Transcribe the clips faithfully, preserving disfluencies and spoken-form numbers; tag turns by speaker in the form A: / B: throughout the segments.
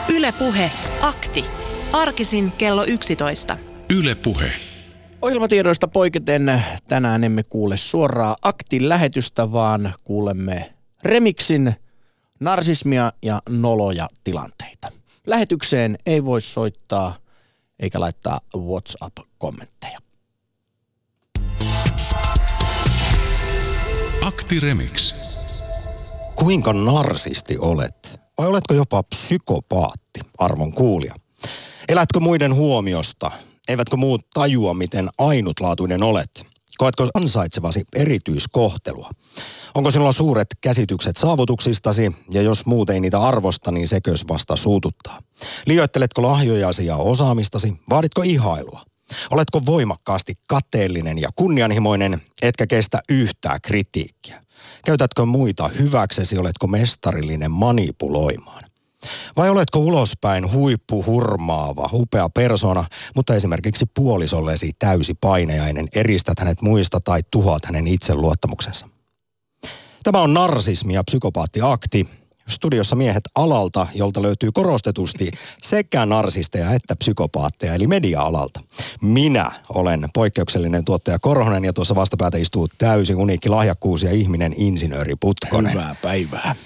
A: Yle Puhe, akti. Arkisin kello yksitoista.
B: Yle Puhe.
C: Ohjelmatiedoista poiketen tänään emme kuule suoraa aktin lähetystä, vaan kuulemme remiksin narsismia ja noloja tilanteita. Lähetykseen ei voi soittaa eikä laittaa WhatsApp-kommentteja.
B: Akti Remix.
D: Kuinka narsisti olet? Vai oletko jopa psykopaatti, arvon kuulija? Elätkö muiden huomiosta? Eivätkö muut tajua, miten ainutlaatuinen olet? Koetko ansaitsevasi erityiskohtelua? Onko sinulla suuret käsitykset saavutuksistasi, ja jos muut ei niitä arvosta, niin sekös vasta suututtaa? Liioitteletko lahjojasi ja osaamistasi? Vaaditko ihailua? Oletko voimakkaasti kateellinen ja kunnianhimoinen, etkä kestä yhtään kritiikkiä? Käytätkö muita hyväksesi, oletko mestarillinen manipuloimaan? Vai oletko ulospäin huippuhurmaava, upea persona, mutta esimerkiksi puolisollesi täysi painajainen, eristät hänet muista tai tuhoat hänen itseluottamuksensa? Tämä on narsismi ja psykopaattiakti. Studiossa miehet alalta, jolta löytyy korostetusti sekä narsisteja että psykopaatteja, eli media-alalta. Minä olen poikkeuksellinen tuottaja Korhonen ja tuossa vastapäätä istuu täysin uniikki lahjakkuus ja ihminen insinööri Putkonen.
C: Hyvää päivää.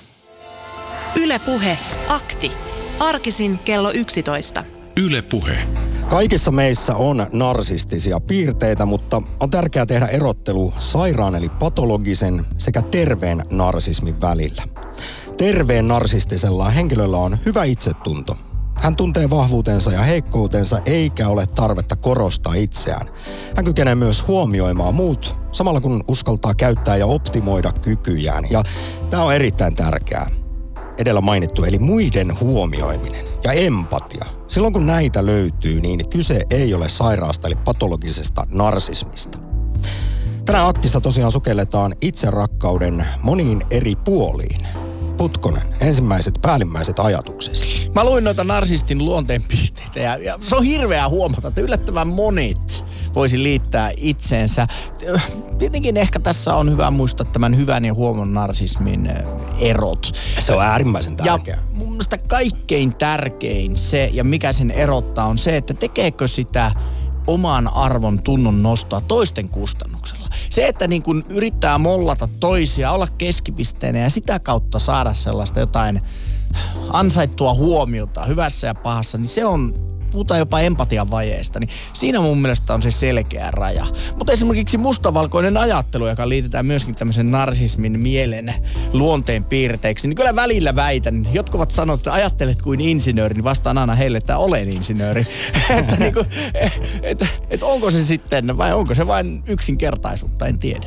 A: Yle Puhe, akti. Arkisin kello yksitoista.
B: Yle Puhe.
D: Kaikissa meissä on narsistisia piirteitä, mutta on tärkeää tehdä erottelu sairaan eli patologisen sekä terveen narsismin välillä. Terveen narsistisella henkilöllä on hyvä itsetunto. Hän tuntee vahvuutensa ja heikkoutensa eikä ole tarvetta korostaa itseään. Hän kykenee myös huomioimaan muut, samalla kun uskaltaa käyttää ja optimoida kykyjään. Ja tämä on erittäin tärkeää. Edellä mainittu, eli muiden huomioiminen ja empatia. Silloin kun näitä löytyy, niin kyse ei ole sairaasta eli patologisesta narsismista. Tänään aktissa tosiaan sukelletaan itserakkauden moniin eri puoliin. Putkonen, ensimmäiset päällimmäiset ajatuksesi.
C: Mä luin noita narsistin luonteenpiirteitä ja, ja se on hirveää huomata, että yllättävän monet voisi liittää itseensä. Tietenkin ehkä tässä on hyvä muistaa tämän hyvän ja huonon narsismin erot.
D: Se on äärimmäisen tärkeää.
C: Ja mun mielestä kaikkein tärkein se, ja mikä sen erottaa, on se, että tekeekö sitä oman arvon tunnon nostoa toisten kustannuksella. Se, että niin kun yrittää mollata toisia, olla keskipisteenä ja sitä kautta saada sellaista jotain ansaittua huomiota hyvässä ja pahassa, niin se on, puhutaan jopa empatian vajeesta, niin siinä mun mielestä on se selkeä raja. Mutta esimerkiksi mustavalkoinen ajattelu, joka liitetään myöskin tämmöisen narsismin mielen luonteen piirteiksi, niin kyllä välillä väitän, jotkut ovat sanoneet, että ajattelet kuin insinööri, niin vastaan aina heille, että olen insinööri. että niinku, et, et onko se sitten, vai onko se vain yksinkertaisuutta, en tiedä.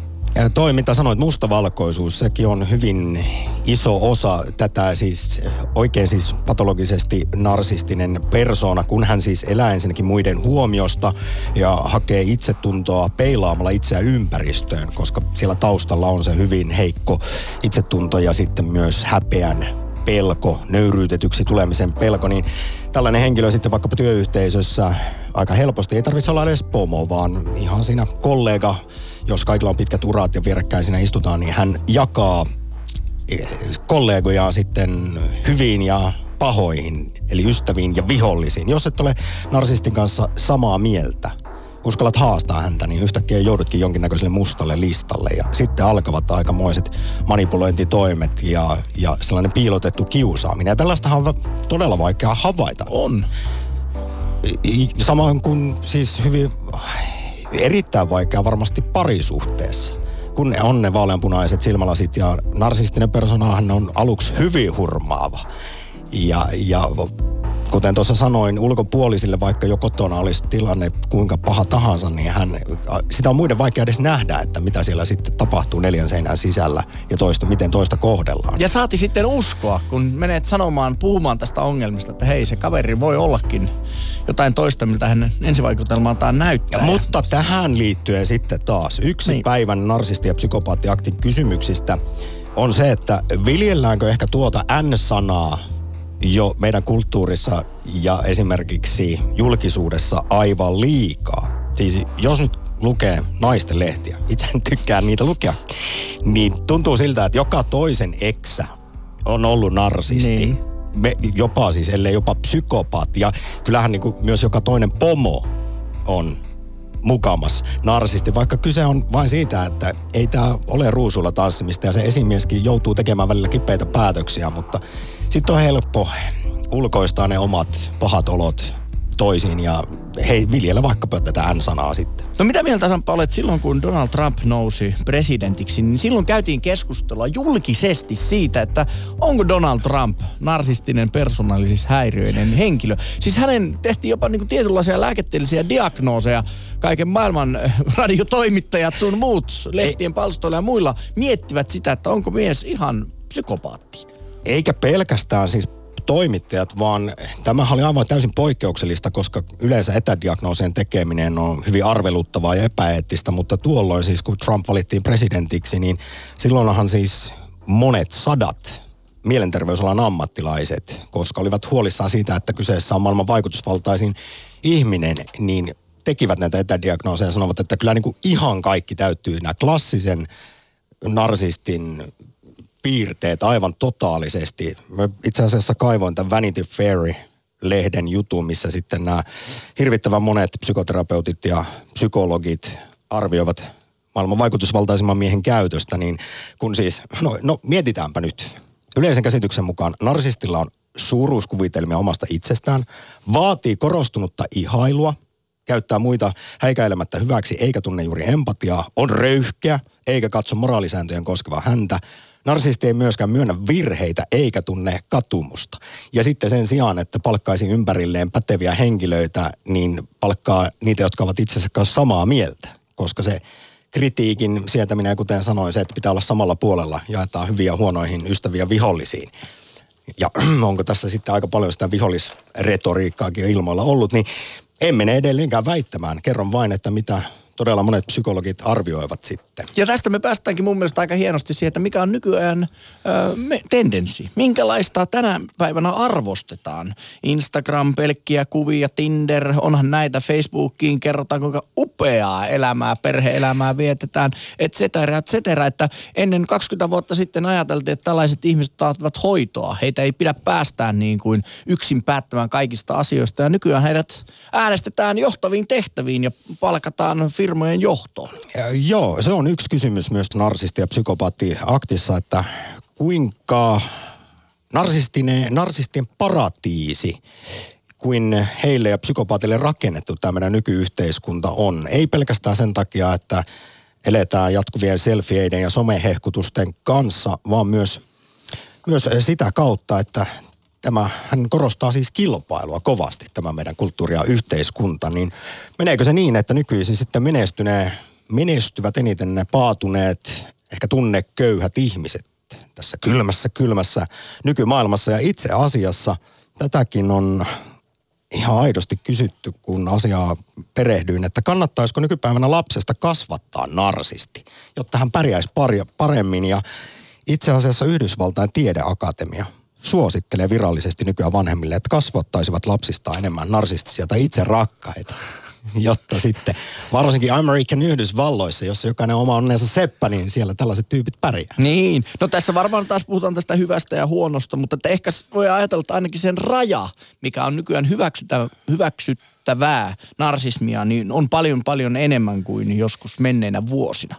D: Ja toi, mitä sanoit, mustavalkoisuus, sekin on hyvin iso osa tätä siis oikein siis patologisesti narsistinen persoona, kun hän siis elää ensinnäkin muiden huomiosta ja hakee itsetuntoa peilaamalla itseään ympäristöön, koska siellä taustalla on se hyvin heikko itsetunto ja sitten myös häpeän pelko, nöyryytetyksi tulemisen pelko, niin tällainen henkilö sitten vaikkapa työyhteisössä aika helposti, ei tarvitse olla edes pomo, vaan ihan siinä kollega, jos kaikilla on pitkät urat ja vierekkäin siinä istutaan, niin hän jakaa kollegojaan sitten hyviin ja pahoihin, eli ystäviin ja vihollisiin. Jos et ole narsistin kanssa samaa mieltä, uskallat haastaa häntä, niin yhtäkkiä joudutkin jonkinnäköiselle mustalle listalle. Ja sitten alkavat aikamoiset manipulointitoimet ja, ja sellainen piilotettu kiusaaminen. Ja tällaistahan on todella vaikea havaita.
C: On.
D: Samoin kuin siis hyvin erittäin vaikea varmasti parisuhteessa. Kun ne on ne vaaleanpunaiset silmälasit ja narsistinen persoonahan on aluksi hyvin hurmaava. Ja, ja kuten tuossa sanoin, ulkopuolisille, vaikka jo kotona olisi tilanne kuinka paha tahansa, niin hän, sitä on muiden vaikea edes nähdä, että mitä siellä sitten tapahtuu neljän seinän sisällä ja toista, miten toista kohdellaan.
C: Ja saati sitten uskoa, kun menet sanomaan, puhumaan tästä ongelmista, että hei, se kaveri voi ollakin jotain toista, miltä hänen ensivaikutelmaltaan näyttää.
D: Ja, mutta tähän liittyen sitten taas yksi niin. Päivän narsisti- ja psykopaattiaktin kysymyksistä on se, että viljelläänkö ehkä tuota N-sanaa jo meidän kulttuurissa ja esimerkiksi julkisuudessa aivan liikaa. Siis jos nyt lukee naisten lehtiä, itse en tykkää niitä lukea, niin tuntuu siltä, että joka toisen eksä on ollut narsisti. Niin. me, jopa siis, ellei jopa psykopaatti. Ja kyllähän niin kuin myös joka toinen pomo on mukamas narsisti, vaikka kyse on vain siitä, että ei tämä ole ruusulla tanssimista ja se esimieskin joutuu tekemään välillä kipeitä päätöksiä, mutta sitten on helppo ulkoistaa ne omat pahat olot toisiin ja hei, viljellä vaikkapa tätä N-sanaa sitten.
C: No mitä mieltä Samppa olet silloin, kun Donald Trump nousi presidentiksi, niin silloin käytiin keskustelua julkisesti siitä, että onko Donald Trump narsistinen persoonallisuushäiriöinen henkilö. Siis hänen tehtiin jopa niin kuin tietynlaisia lääketieteellisiä diagnooseja. Kaiken maailman radiotoimittajat sun muut lehtien palstoilla ja muilla miettivät sitä, että onko mies ihan psykopaatti.
D: Eikä pelkästään siis toimittajat, vaan tämähän oli aivan täysin poikkeuksellista, koska yleensä etädiagnoosien tekeminen on hyvin arveluttavaa ja epäeettistä, mutta tuolloin siis kun Trump valittiin presidentiksi, niin silloinhan siis monet sadat mielenterveysalan ammattilaiset, koska olivat huolissaan siitä, että kyseessä on maailman vaikutusvaltaisin ihminen, niin tekivät näitä etädiagnooseja ja sanovat, että kyllä niin kuin ihan kaikki täyttyy nämä klassisen narsistin piirteet aivan totaalisesti. Mä itse asiassa kaivoin tämän Vanity Fair-lehden jutun, missä sitten nämä hirvittävän monet psykoterapeutit ja psykologit arvioivat maailman vaikutusvaltaisimman miehen käytöstä, niin kun siis, no, no mietitäänpä nyt. Yleisen käsityksen mukaan narsistilla on suuruuskuvitelmia omasta itsestään, vaatii korostunutta ihailua, käyttää muita häikäilemättä hyväksi eikä tunne juuri empatiaa, on röyhkeä eikä katso moraalisääntöjen koskevaa häntä. Narsisti ei myöskään myönnä virheitä eikä tunne katumusta. Ja sitten sen sijaan, että palkkaisi ympärilleen päteviä henkilöitä, niin palkkaa niitä, jotka ovat itsensä kanssa samaa mieltä. Koska se kritiikin sietäminen, kuten sanoin, se, että pitää olla samalla puolella, jaetaan hyviä huonoihin ystäviä vihollisiin. Ja onko tässä sitten aika paljon sitä vihollisretoriikkaakin ilmoilla ollut, niin en mene edelleenkään väittämään. Kerron vain, että mitä todella monet psykologit arvioivat sitten.
C: Ja tästä me päästäänkin mun mielestä aika hienosti siihen, että mikä on nykyään ö, me, tendenssi. Minkälaista tänä päivänä arvostetaan. Instagram, pelkkiä kuvia, Tinder, onhan näitä Facebookiin, kerrotaan kuinka upeaa elämää, perhe-elämää vietetään, et cetera, et cetera. Että ennen kaksikymmentä vuotta sitten ajateltiin, että tällaiset ihmiset saavat hoitoa. Heitä ei pidä päästään niin kuin yksin päättämään kaikista asioista. Ja nykyään heidät äänestetään johtaviin tehtäviin ja palkataan firmojen johtoon.
D: Ja, joo, se on yksi kysymys myös narsisti- ja psykopaatti-aktissa, että kuinka narsistinen, narsistien paratiisi kuin heille ja psykopaatille rakennettu tämmöinen nykyyhteiskunta on. Ei pelkästään sen takia, että eletään jatkuvien selfieiden ja somehehkutusten kanssa, vaan myös, myös sitä kautta, että tämä, hän korostaa siis kilpailua kovasti, tämä meidän kulttuuri ja yhteiskunta, niin meneekö se niin, että nykyisin sitten menestyneen, menestyvät eniten ne paatuneet, ehkä tunneköyhät ihmiset tässä kylmässä, kylmässä nykymaailmassa. Ja itse asiassa tätäkin on ihan aidosti kysytty, kun asiaa perehdyin, että kannattaisiko nykypäivänä lapsesta kasvattaa narsisti, jotta hän pärjäisi paremmin. Ja itse asiassa Yhdysvaltain tiedeakatemia suosittelee virallisesti nykyään vanhemmille, että kasvattaisivat lapsistaan enemmän narsistisia tai itse rakkaita, jotta sitten varsinkin American Yhdysvalloissa, jossa jokainen oma onnensa seppä, niin siellä tällaiset tyypit pärjää.
C: Niin, no tässä varmaan taas puhutaan tästä hyvästä ja huonosta, mutta että ehkä voi ajatella, että ainakin sen raja, mikä on nykyään hyväksytä, hyväksyttävää narsismia, niin on paljon paljon enemmän kuin joskus menneinä vuosina.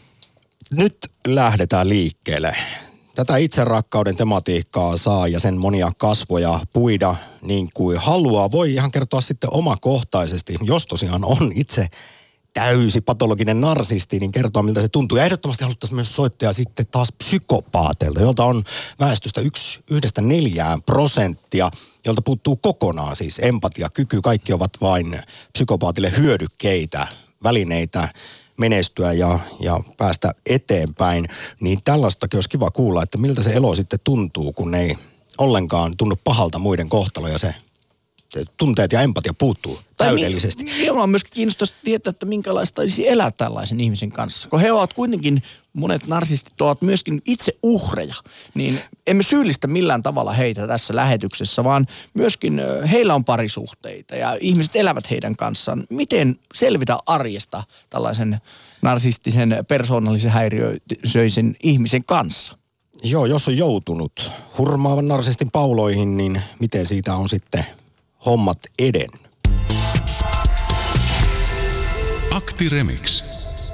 D: Nyt lähdetään liikkeelle. Tätä itserakkauden tematiikkaa saa ja sen monia kasvoja puida niin kuin haluaa. Voi ihan kertoa sitten omakohtaisesti, jos tosiaan on itse täysi patologinen narsisti, niin kertoa miltä se tuntuu. Ja ehdottomasti haluttaisiin myös soittaa sitten taas psykopaateilta, jolta on väestöstä yksi, yhdestä neljään prosenttia, jolta puuttuu kokonaan siis empatiakyky. Kaikki ovat vain psykopaatille hyödykkeitä, välineitä menestyä ja, ja päästä eteenpäin, niin tällaistakin olisi kiva kuulla, että miltä se elo sitten tuntuu, kun ei ollenkaan tunnu pahalta muiden kohtalo ja se tunteet ja empatia puuttuu täydellisesti.
C: Minua on myöskin kiinnostavasti tietää, että minkälaista olisi elää tällaisen ihmisen kanssa. Kun he ovat kuitenkin, monet narsistit ovat myöskin itse uhreja, niin emme syyllistä millään tavalla heitä tässä lähetyksessä, vaan myöskin heillä on parisuhteita ja ihmiset elävät heidän kanssaan. Miten selvitä arjesta tällaisen narsistisen persoonallisen häiriöisen ihmisen kanssa?
D: Joo, jos on joutunut hurmaavan narsistin pauloihin, niin miten siitä on sitten hommat edennyt?
B: Akti Remix.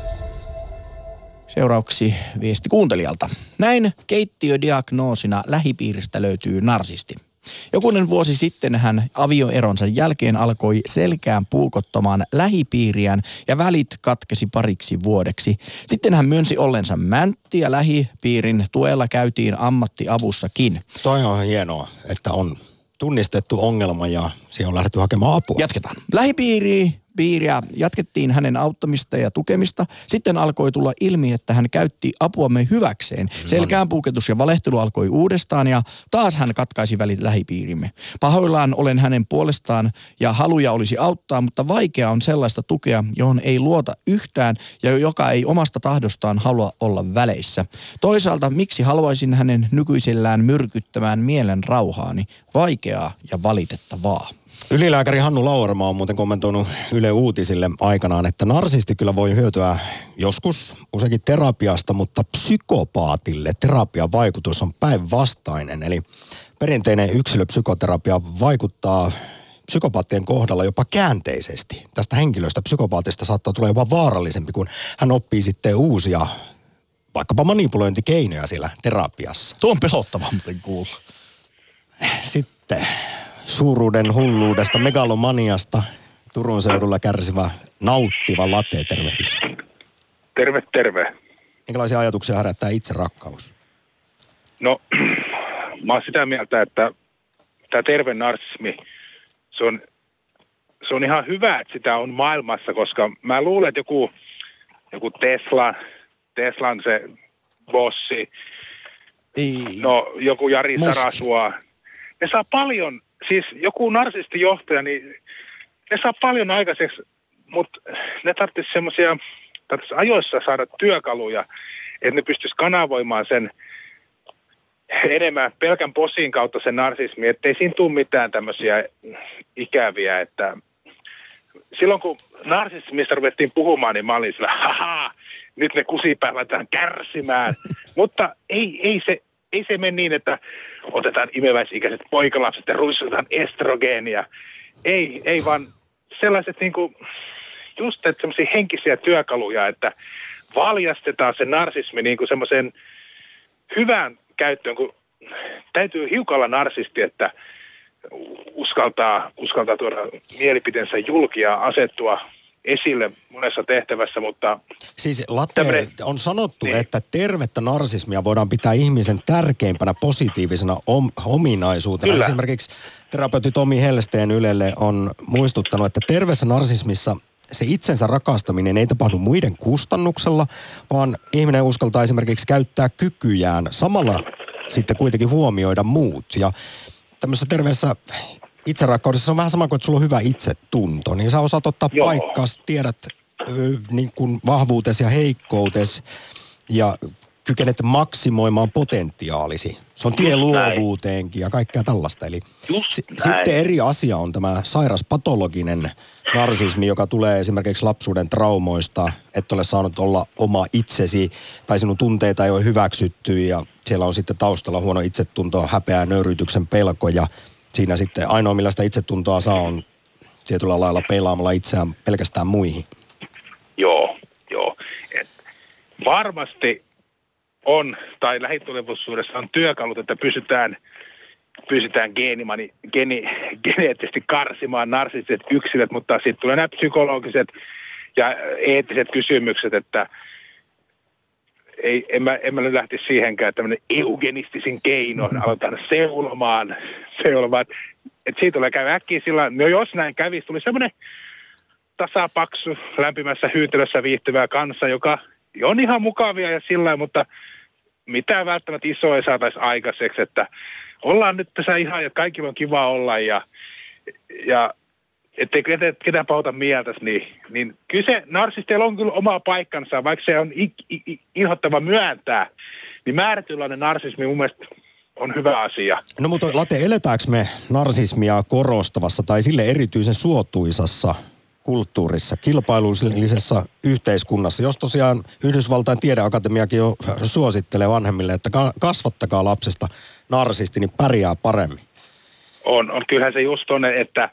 C: Seuraavaksi viesti kuuntelijalta. Näin keittiödiagnoosina lähipiiristä löytyy narsisti. Jokunen vuosi sitten hän avioeronsa jälkeen alkoi selkään puukottamaan lähipiiriään ja välit katkesi pariksi vuodeksi. Sitten hän myönsi ollensa mäntti ja lähipiirin tuella käytiin ammattiavussakin.
D: Toi on hienoa, että on tunnistettu ongelma ja siihen on lähdetty hakemaan apua.
C: Jatketaan. Lähipiiri piiriä jatkettiin hänen auttamista ja tukemista. Sitten alkoi tulla ilmi, että hän käytti apuamme hyväkseen. Selkäänpuuketus ja valehtelu alkoi uudestaan ja taas hän katkaisi välit lähipiirimme. Pahoillaan olen hänen puolestaan ja haluja olisi auttaa, mutta vaikea on sellaista tukea, johon ei luota yhtään ja joka ei omasta tahdostaan halua olla väleissä. Toisaalta miksi haluaisin hänen nykyisellään myrkyttämään mielen rauhaani? Vaikeaa ja valitettavaa.
D: Ylilääkäri Hannu Lauermaa on muuten kommentoinut Yle Uutisille aikanaan, että narsisti kyllä voi hyötyä joskus useinkin terapiasta, mutta psykopaatille terapian vaikutus on päinvastainen. Eli perinteinen yksilöpsykoterapia vaikuttaa psykopaattien kohdalla jopa käänteisesti. Tästä henkilöstä psykopaatista saattaa tulla jopa vaarallisempi, kun hän oppii sitten uusia vaikkapa manipulointikeinoja siellä terapiassa.
C: Tuo on pelottavaa muuten kuulla.
D: Sitten suuruuden hulluudesta, megalomaniasta Turun seudulla kärsivä nauttiva late, tervehdys.
E: Terve, terve.
D: Minkälaisia ajatuksia herättää itse rakkaus?
E: No, mä oon sitä mieltä, että tämä terve narsismi, se on, se on ihan hyvä, että sitä on maailmassa, koska mä luulen, että joku, joku Tesla, Teslan se bossi,
C: Ei.
E: no joku Jari
C: Musk.
E: Sarasua, ne saa paljon, siis joku narsistijohtaja, niin ne saa paljon aikaiseksi, mutta ne tarvitsisi semmoisia, tarvitsisi ajoissa saada työkaluja, että ne pystyisi kanavoimaan sen enemmän pelkän posin kautta sen narsismi, ettei siinä tule mitään tämmöisiä ikäviä, että silloin kun narsismista ruvettiin puhumaan, niin mä olin sillä, haha, nyt ne kusipäät laitetaan kärsimään, mutta ei, ei se, ei se mene niin, että otetaan imeväisikäiset poikalapset ja ruissutetaan estrogeenia. Ei, ei vaan sellaiset niinku, just että semmoisia henkisiä työkaluja, että valjastetaan se narsismi niinku semmoisen hyvään käyttöön, kun täytyy hiukan olla narsisti, että uskaltaa, uskaltaa tuoda mielipiteensä julki ja asettua esille monessa tehtävässä, mutta
D: Siis Latte,
E: tämmönen,
D: on sanottu,
E: niin.
D: että tervettä narsismia voidaan pitää ihmisen tärkeimpänä positiivisena om, ominaisuutena.
E: Kyllä.
D: Esimerkiksi terapeutti Tomi Hellsten Ylelle on muistuttanut, että terveessä narsismissa se itsensä rakastaminen ei tapahdu muiden kustannuksella, vaan ihminen uskaltaa esimerkiksi käyttää kykyjään samalla sitten kuitenkin huomioida muut. Ja tämmöisessä terveessä itserakkaudessa se on vähän sama kuin, että sulla on hyvä itsetunto, niin sä osaat ottaa
E: Joo.
D: paikkaas, tiedät ö, niin kuin vahvuutesi ja heikkoutesi ja kykenet maksimoimaan potentiaalisi. Se on tie
E: Just
D: luovuuteenkin ja kaikkea tällaista. Eli
E: Just
D: si-
E: näin.
D: sitten eri asia on tämä sairas patologinen narsismi, joka tulee esimerkiksi lapsuuden traumoista, että ole saanut olla oma itsesi tai sinun tunteita ei ole hyväksytty ja siellä on sitten taustalla huono itsetunto, häpeä, nöyrytyksen pelko ja siinä sitten ainoa millä sitä itsetuntoa saa on tietyllä lailla peilaamalla itseään pelkästään muihin.
E: Joo, joo. Et varmasti on, tai lähitulevaisuudessa on työkalut, että pysytään, pysytään geenimani, geni, geneettisesti karsimaan narsistiset yksilöt, mutta sitten tulee nämä psykologiset ja eettiset kysymykset, että ei, en, mä, en mä nyt lähtisi siihenkään tämmöinen eugenistisin keinoin aloitetaan seulomaan, seulomaan. Että siitä tulee käy äkkiä sillä, no jos näin kävisi, tuli semmoinen tasapaksu, lämpimässä hyytelössä viihtyvää kanssa, joka on ihan mukavia ja sillä mutta mitään välttämättä isoa ei saataisi aikaiseksi, että ollaan nyt tässä ihan, ja kaikilla on kiva olla ja, ja ettei ketään pauta mieltäsi, niin, niin kyllä se narsisteilla on kyllä oma paikkansa, vaikka se on i, i, inhottava myöntää, niin määrätynlainen narsismi mun mielestä on hyvä asia.
D: No mutta Late, eletäänkö me narsismia korostavassa tai sille erityisen suotuisassa kulttuurissa, kilpailullisessa yhteiskunnassa. Jos tosiaan Yhdysvaltain tiedeakatemiakin jo suosittelee vanhemmille, että kasvattakaa lapsesta narsisti, niin pärjää paremmin.
E: On, on. Kyllähän se just on, että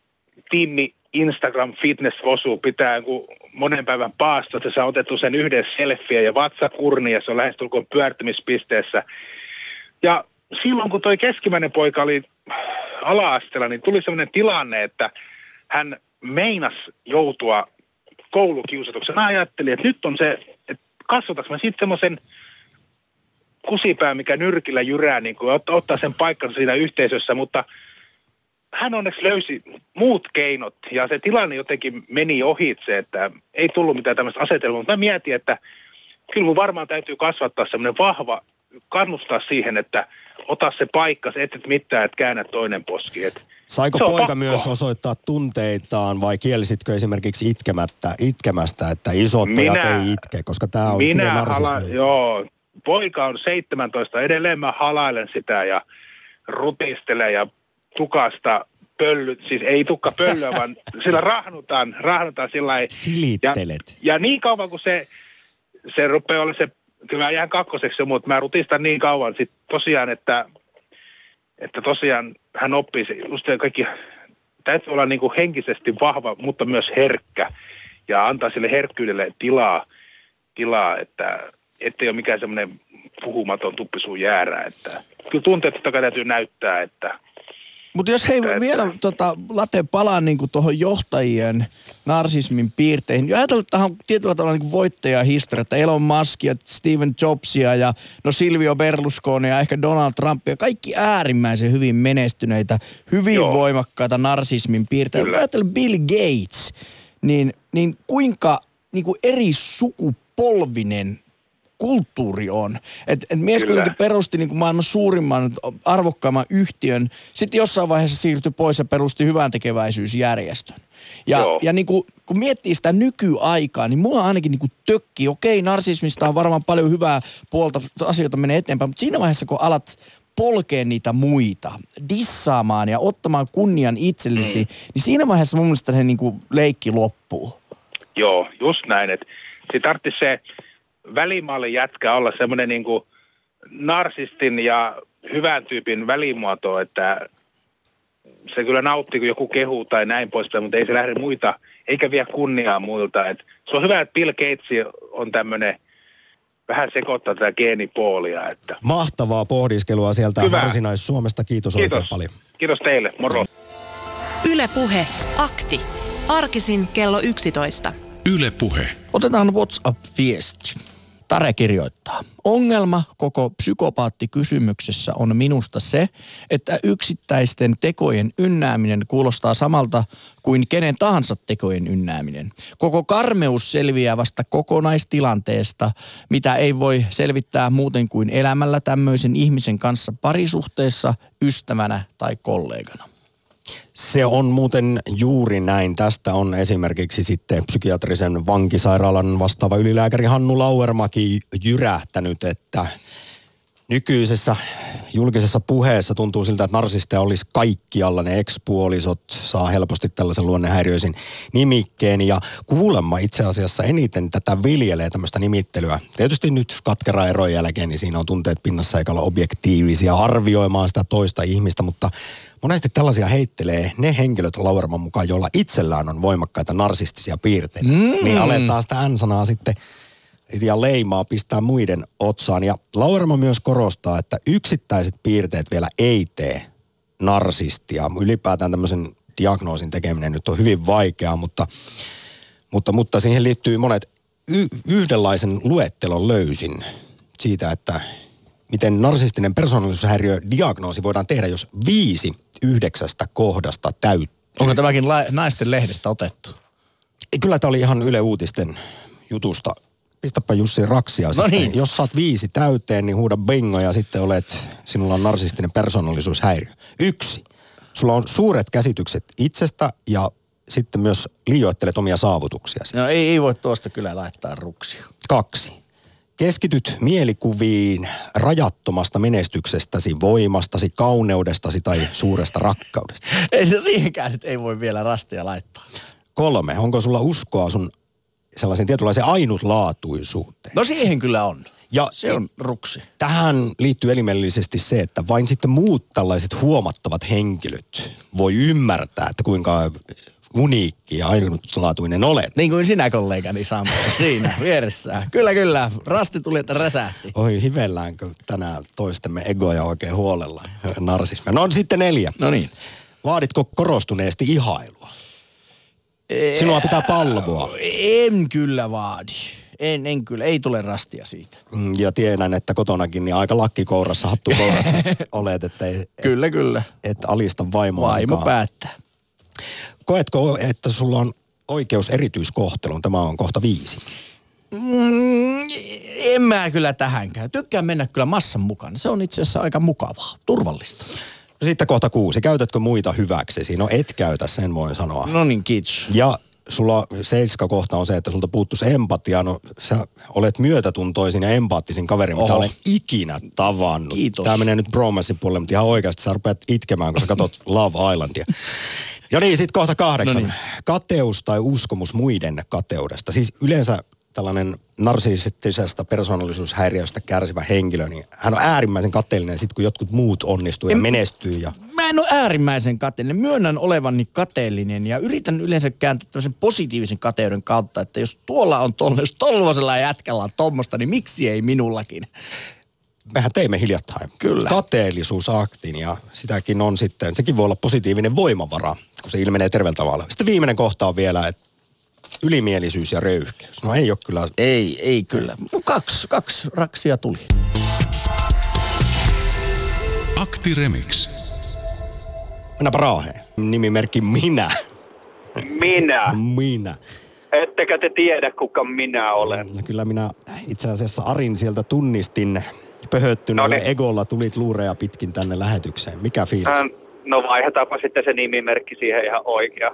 E: tiimi Instagram Fitness Vosu pitää monen päivän paasto, että sä on otettu sen yhden selfie ja vatsakurni ja se on lähestulkoon pyörtymispisteessä. Ja silloin kun toi keskimmäinen poika oli ala-asteella, niin tuli sellainen tilanne, että hän meinas joutua koulukiusatuksi. Mä ajattelin, että nyt on se, että kasvataks mä sitten semmoisen kusipää, mikä nyrkillä jyrää, niin kuin ottaa sen paikkansa siinä yhteisössä, mutta hän onneksi löysi muut keinot ja se tilanne jotenkin meni ohitse, että ei tullut mitään tämmöistä asetelmaa, mutta mä mietin, että kyllä mun varmaan täytyy kasvattaa semmoinen vahva, kannustaa siihen, että ota se paikka, et et mitään, että käännä toinen poski. Et
D: saiko poika pakko myös osoittaa tunteitaan vai kielisitkö esimerkiksi itkemättä, itkemästä, että isot pojat ei itke, koska tämä on
E: minä
D: kyllä narsismi.
E: Hala, joo, poika on seitsemäntoista, edelleen mä halailen sitä ja rutistelen ja tukasta pöllyt, siis ei tukka pöllöä, vaan sillä rahnutaan, rahnutaan sillä lailla.
D: Silittelet.
E: Ja, ja niin kauan kuin se, se rupeaa olla se, kyllä mä jään kakkoseksi, mutta mä rutistan niin kauan sit tosiaan, että, että tosiaan hän oppii se, just kaikki, täytyy olla niin kuin henkisesti vahva, mutta myös herkkä ja antaa sille herkkyydelle tilaa, tilaa että ettei ole mikään semmoinen puhumaton tuppisuun jäärä, että kyllä tunteet totta kai täytyy näyttää, että
C: mutta jos hei
E: että,
C: vielä tota, Late palaa niinku tuohon johtajien narsismin piirteihin. Ja ajatellaan, että tähän on tietyllä tavalla niinku voittajahistoria, että Elon Muskia, Steven Jobsia ja no Silvio Berlusconia ja ehkä Donald Trumpia. Kaikki äärimmäisen hyvin menestyneitä, hyvin Joo. voimakkaita narsismin piirteitä. Mutta ajatellaan Bill Gates, niin, niin kuinka niinku eri sukupolvinen kulttuuri on. Että et mies kuitenkin perusti niin kuin maailman suurimman, arvokkaamman yhtiön. Sitten jossain vaiheessa siirtyi pois ja perusti hyväntekeväisyysjärjestön. Ja, ja niin kuin, kun miettii sitä nykyaikaa, niin mua ainakin niin kuin tökki. Okei, narsismista on varmaan paljon hyvää puolta, asioita menee eteenpäin, mutta siinä vaiheessa, kun alat polkea niitä muita, dissaamaan ja ottamaan kunnian itsellesi, mm. niin siinä vaiheessa mun mielestä se niin kuin leikki loppuu.
E: Joo, just näin. Että se tarvitsisi se välimaalle jätkä olla semmoinen niin kuin narsistin ja hyvän tyypin välimuoto, että se kyllä nauttii, kun joku kehuu tai näin poispäin, mutta ei se lähde muita, eikä vie kunniaa muilta. Et se on hyvä, että Bill Gates on tämmöinen, vähän sekoittaa tätä geenipoolia. Että.
D: Mahtavaa pohdiskelua sieltä Varsinais-Suomesta. Kiitos, Kiitos oikein paljon.
E: Kiitos teille. Moro.
A: Yle Puhe. Akti. Arkisin kello yksitoista.
B: Yle Puhe.
C: Otetaan WhatsApp-viesti. Tare kirjoittaa. Ongelma koko psykopaattikysymyksessä on minusta se, että yksittäisten tekojen ynnääminen kuulostaa samalta kuin kenen tahansa tekojen ynnääminen. Koko karmeus selviää vasta kokonaistilanteesta, mitä ei voi selvittää muuten kuin elämällä tämmöisen ihmisen kanssa parisuhteessa, ystävänä tai kollegana.
D: Se on muuten juuri näin. Tästä on esimerkiksi sitten psykiatrisen vankisairaalan vastaava ylilääkäri Hannu Lauermaki jyrähtänyt, että nykyisessä julkisessa puheessa tuntuu siltä, että narsisteja olisi kaikkialla. Ne ekspuolisot saa helposti tällaisen luonnehäiriöisin nimikkeen ja kuulemma itse asiassa eniten tätä viljelee tämmöistä nimittelyä. Tietysti nyt katkeran eron jälkeen, niin siinä on tunteet pinnassa eikä olla objektiivisia arvioimaan sitä toista ihmistä, mutta monesti tällaisia heittelee ne henkilöt Lauerman mukaan, joilla itsellään on voimakkaita narsistisia piirteitä. Mm. Niin aletaan sitä N-sanaa sitten ja leimaa pistää muiden otsaan. Ja Lauerma myös korostaa, että yksittäiset piirteet vielä ei tee narsistia. Ylipäätään tämmöisen diagnoosin tekeminen nyt on hyvin vaikeaa, mutta, mutta, mutta siihen liittyy monet y- yhdenlaisen luettelon löysin siitä, että miten narsistinen persoonallisuushäiriö-diagnoosi voidaan tehdä, jos viisi yhdeksästä kohdasta täyttyy.
C: Onko tämäkin la- naisten lehdestä otettu?
D: Kyllä tämä oli ihan Yle Uutisten jutusta. Pistäpä Jussi raksia no sitten. Niin. Jos saat viisi täyteen, niin huuda bingo ja sitten olet, sinulla on narsistinen persoonallisuushäiriö. Yksi. Sulla on suuret käsitykset itsestä ja sitten myös liioittelet omia saavutuksiasi.
C: No ei, ei voi tuosta kyllä laittaa ruksia.
D: Kaksi. Keskityt mielikuviin rajattomasta menestyksestäsi, voimastasi, kauneudestasi tai suuresta rakkaudesta.
C: Ei se siihenkään nyt ei voi vielä rastia laittaa.
D: Kolme, onko sulla uskoa sun sellaisen tietynlaisen ainutlaatuisuuteen?
C: No siihen kyllä on.
D: Ja
C: se on ruksi.
D: Tähän liittyy elimellisesti se, että vain sitten muut tällaiset huomattavat henkilöt voi ymmärtää, että kuinka uniikki ja ainutlaatuinen olet.
C: Niin kuin sinä kollegani Sampo siinä vieressä. Kyllä, kyllä. Rasti tuli, että räsähti.
D: Oi, hivelläänkö tänään toistemme egoja oikein huolella? Narsismia. No on sitten neljä.
C: No niin.
D: Vaaditko korostuneesti ihailua? Sinua pitää palvoa.
C: En kyllä vaadi. En, en kyllä, ei tule rastia siitä.
D: Ja tiedän, että kotonakin niin aika lakkikourassa, hattukourassa olet, että ei,
C: kyllä, et, kyllä.
D: Et alista vaimoa.
C: Vaimo päättää.
D: Koetko, että sulla on oikeus erityiskohteluun? Tämä on kohta viisi.
C: Mm, en mä kyllä tähänkään. Tykkään mennä kyllä massan mukaan. Se on itse asiassa aika mukavaa, turvallista.
D: No sitten kohta kuusi. Käytätkö muita hyväksesi? No et käytä, sen voin sanoa.
C: No niin, kiitos.
D: Ja sulla seiska kohta on se, että sulta puuttuisi empatiaa. No sä olet myötätuntoisin ja empaattisin kaveri, mitä olen ikinä tavannut.
C: Kiitos.
D: Tää menee nyt bromassin puolelle, mutta ihan oikeasti sä rupeat itkemään, kun sä katsot Love Islandia. Ja niin, sit kohta kahdeksan. No niin. Kateus tai uskomus muiden kateudesta. Siis yleensä tällainen narsistisesta persoonallisuushäiriöstä kärsivä henkilö, niin hän on äärimmäisen kateellinen sit, kun jotkut muut onnistuu ja en, menestyy. Ja...
C: Mä en ole äärimmäisen kateellinen. Myönnän olevani kateellinen ja yritän yleensä kääntää tämmöisen positiivisen kateuden kautta, että jos tuolla on tolla, jos tolvosella jätkällä on tommosta, niin miksi ei minullakin?
D: Mehän teimme hiljattain.
C: Kyllä.
D: Kateellisuusaktin ja sitäkin on sitten, sekin voi olla positiivinen voimavara, kun se ilmenee terveellä tavalla. Sitten viimeinen kohta on vielä, että ylimielisyys ja röyhkeys. No ei ole kyllä.
C: Ei, ei kyllä. No kaksi, kaksi raksia tuli.
B: Akti Remix.
D: Mennäpä Raaheen. Nimimerkki Minä.
F: Minä?
D: Minä.
F: Ettekä te tiedä, kuka minä olen?
D: No kyllä minä itse asiassa Arin sieltä tunnistin. Pöhöttyneellä
F: no niin.
D: egolla tulit luureja pitkin tänne lähetykseen. Mikä fiilis?
F: Ähm, no vaihdetaanpa sitten se nimimerkki siihen ihan oikea.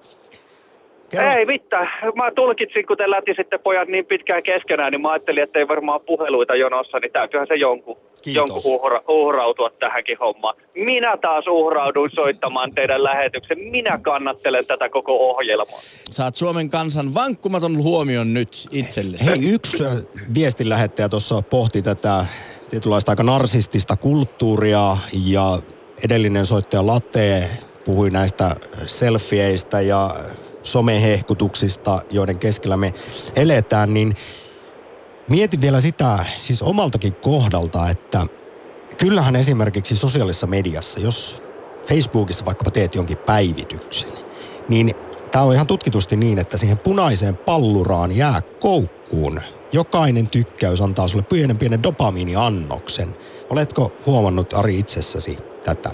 F: Kerro. Ei mitään. Mä tulkitsin, kun te lätisitte pojat niin pitkään keskenään, niin mä ajattelin, että ei varmaan puheluita jonossa, niin täytyyhän se jonkun, jonkun uhra, uhrautua tähänkin hommaan. Minä taas uhrauduin soittamaan teidän lähetyksen. Minä kannattelen tätä koko ohjelmaa.
C: Saat Suomen kansan vankkumaton huomion nyt itsellesi.
D: Hei, yksi viestin lähettäjä tuossa pohti tätä tietynlaista aika narsistista kulttuuria ja edellinen soittaja Latte puhui näistä selfieistä ja somehehkutuksista, joiden keskellä me eletään, niin mietin vielä sitä siis omaltakin kohdalta, että kyllähän esimerkiksi sosiaalisessa mediassa, jos Facebookissa vaikkapa teet jonkin päivityksen, niin tämä on ihan tutkitusti niin, että siihen punaiseen palluraan jää koukkuun. Jokainen tykkäys antaa sulle pienen pienen dopamiiniannoksen. Oletko huomannut, Ari, itsessäsi tätä?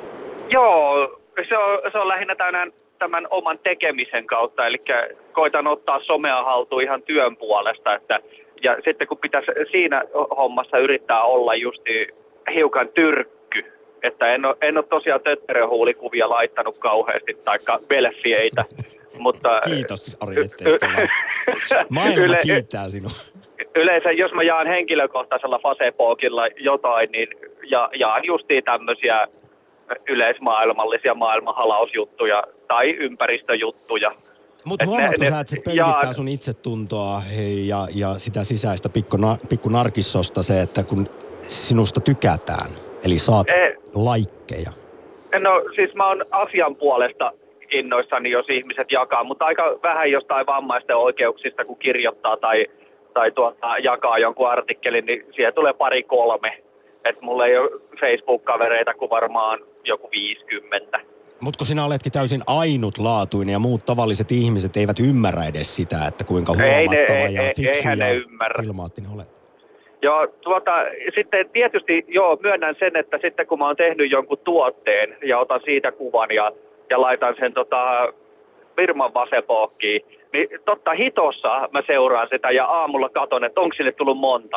F: Joo, se on, se on lähinnä tämän, tämän oman tekemisen kautta, eli koitan ottaa somea haltuun ihan työn puolesta, että, ja sitten kun pitäisi siinä hommassa yrittää olla justi hiukan tyrkky, että en ole, en ole tosiaan tötteröhuulikuvia laittanut kauheasti, taikka belfieitä, mutta...
D: Kiitos, Ari, ettei maailma yle, kiittää sinua.
F: Yleensä, jos mä jaan henkilökohtaisella Facebookilla jotain, niin ja, jaan justiin tämmöisiä yleismaailmallisia maailmanhalausjuttuja tai ympäristöjuttuja.
D: Mutta huomaatko sä, että se pönkittää ja... sun itsetuntoa hei, ja, ja sitä sisäistä pikku, pikku narkissosta se, että kun sinusta tykätään, eli saat e... laikkeja?
F: No siis mä oon asian puolesta innoissani, jos ihmiset jakaa, mutta aika vähän jostain vammaisten oikeuksista, kun kirjoittaa tai, tai tuota, jakaa jonkun artikkelin, niin siihen tulee pari kolme. Että mulla ei ole Facebook-kavereita kuin varmaan joku viisikymmentä.
D: Mutta kun sinä oletkin täysin ainutlaatuinen ja muut tavalliset ihmiset eivät ymmärrä edes sitä, että kuinka huomattava
F: ei,
D: ja
F: ei,
D: fiksu
F: ja
D: ilmaattinen olet.
F: Joo, tuota, sitten tietysti joo, myönnän sen, että sitten kun mä oon tehnyt jonkun tuotteen ja otan siitä kuvan ja, ja laitan sen tota, firman Facebookiin, niin totta hitossa mä seuraan sitä ja aamulla katon, että onko sinne tullut monta.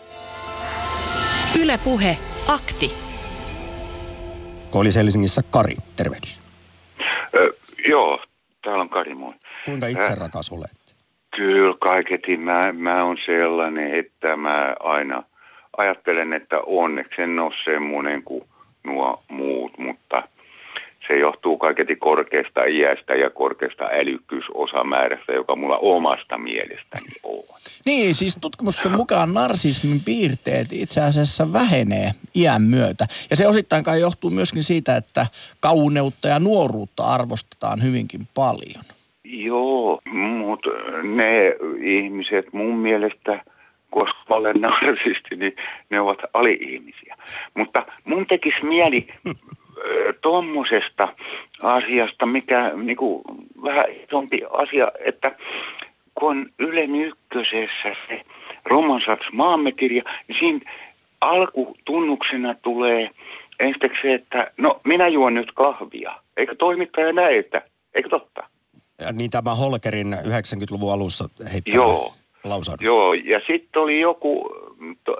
A: Yle Puhe, akti.
D: Koillis-Helsingissä Kari, tervehdys.
G: Ö, joo, täällä on Kari, moi.
D: Kuinka itserakas olet?
G: Kyllä kaiketi mä, mä oon sellainen, että mä aina ajattelen, että onneksi en ole semmoinen kuin nuo muut, mutta Se johtuu kaiketi korkeasta iästä ja korkeasta älykkyysosamäärästä, joka mulla omasta mielestäni on.
C: Niin, siis tutkimusten mukaan narsismin piirteet itse asiassa vähenee iän myötä. Ja se osittain kai johtuu myöskin siitä, että kauneutta ja nuoruutta arvostetaan hyvinkin paljon.
G: Joo, mutta ne ihmiset mun mielestä, koska olen narsisti, niin ne ovat ali-ihmisiä. Mutta mun tekisi mieli tuommoisesta asiasta, mikä niinku vähän isompi asia, että kun on Ylen ykkösessä se Romonsats Maamme-kirja, niin siinä alkutunnuksena tulee ensiksi se, että no minä juon nyt kahvia. Eikö toimittaja näe, että eikö totta?
D: Ja niin tämä Holkerin yhdeksänkymmentäluvun alussa heittämä
G: Joo.
D: lausahdus.
G: Joo, ja sitten oli joku, to,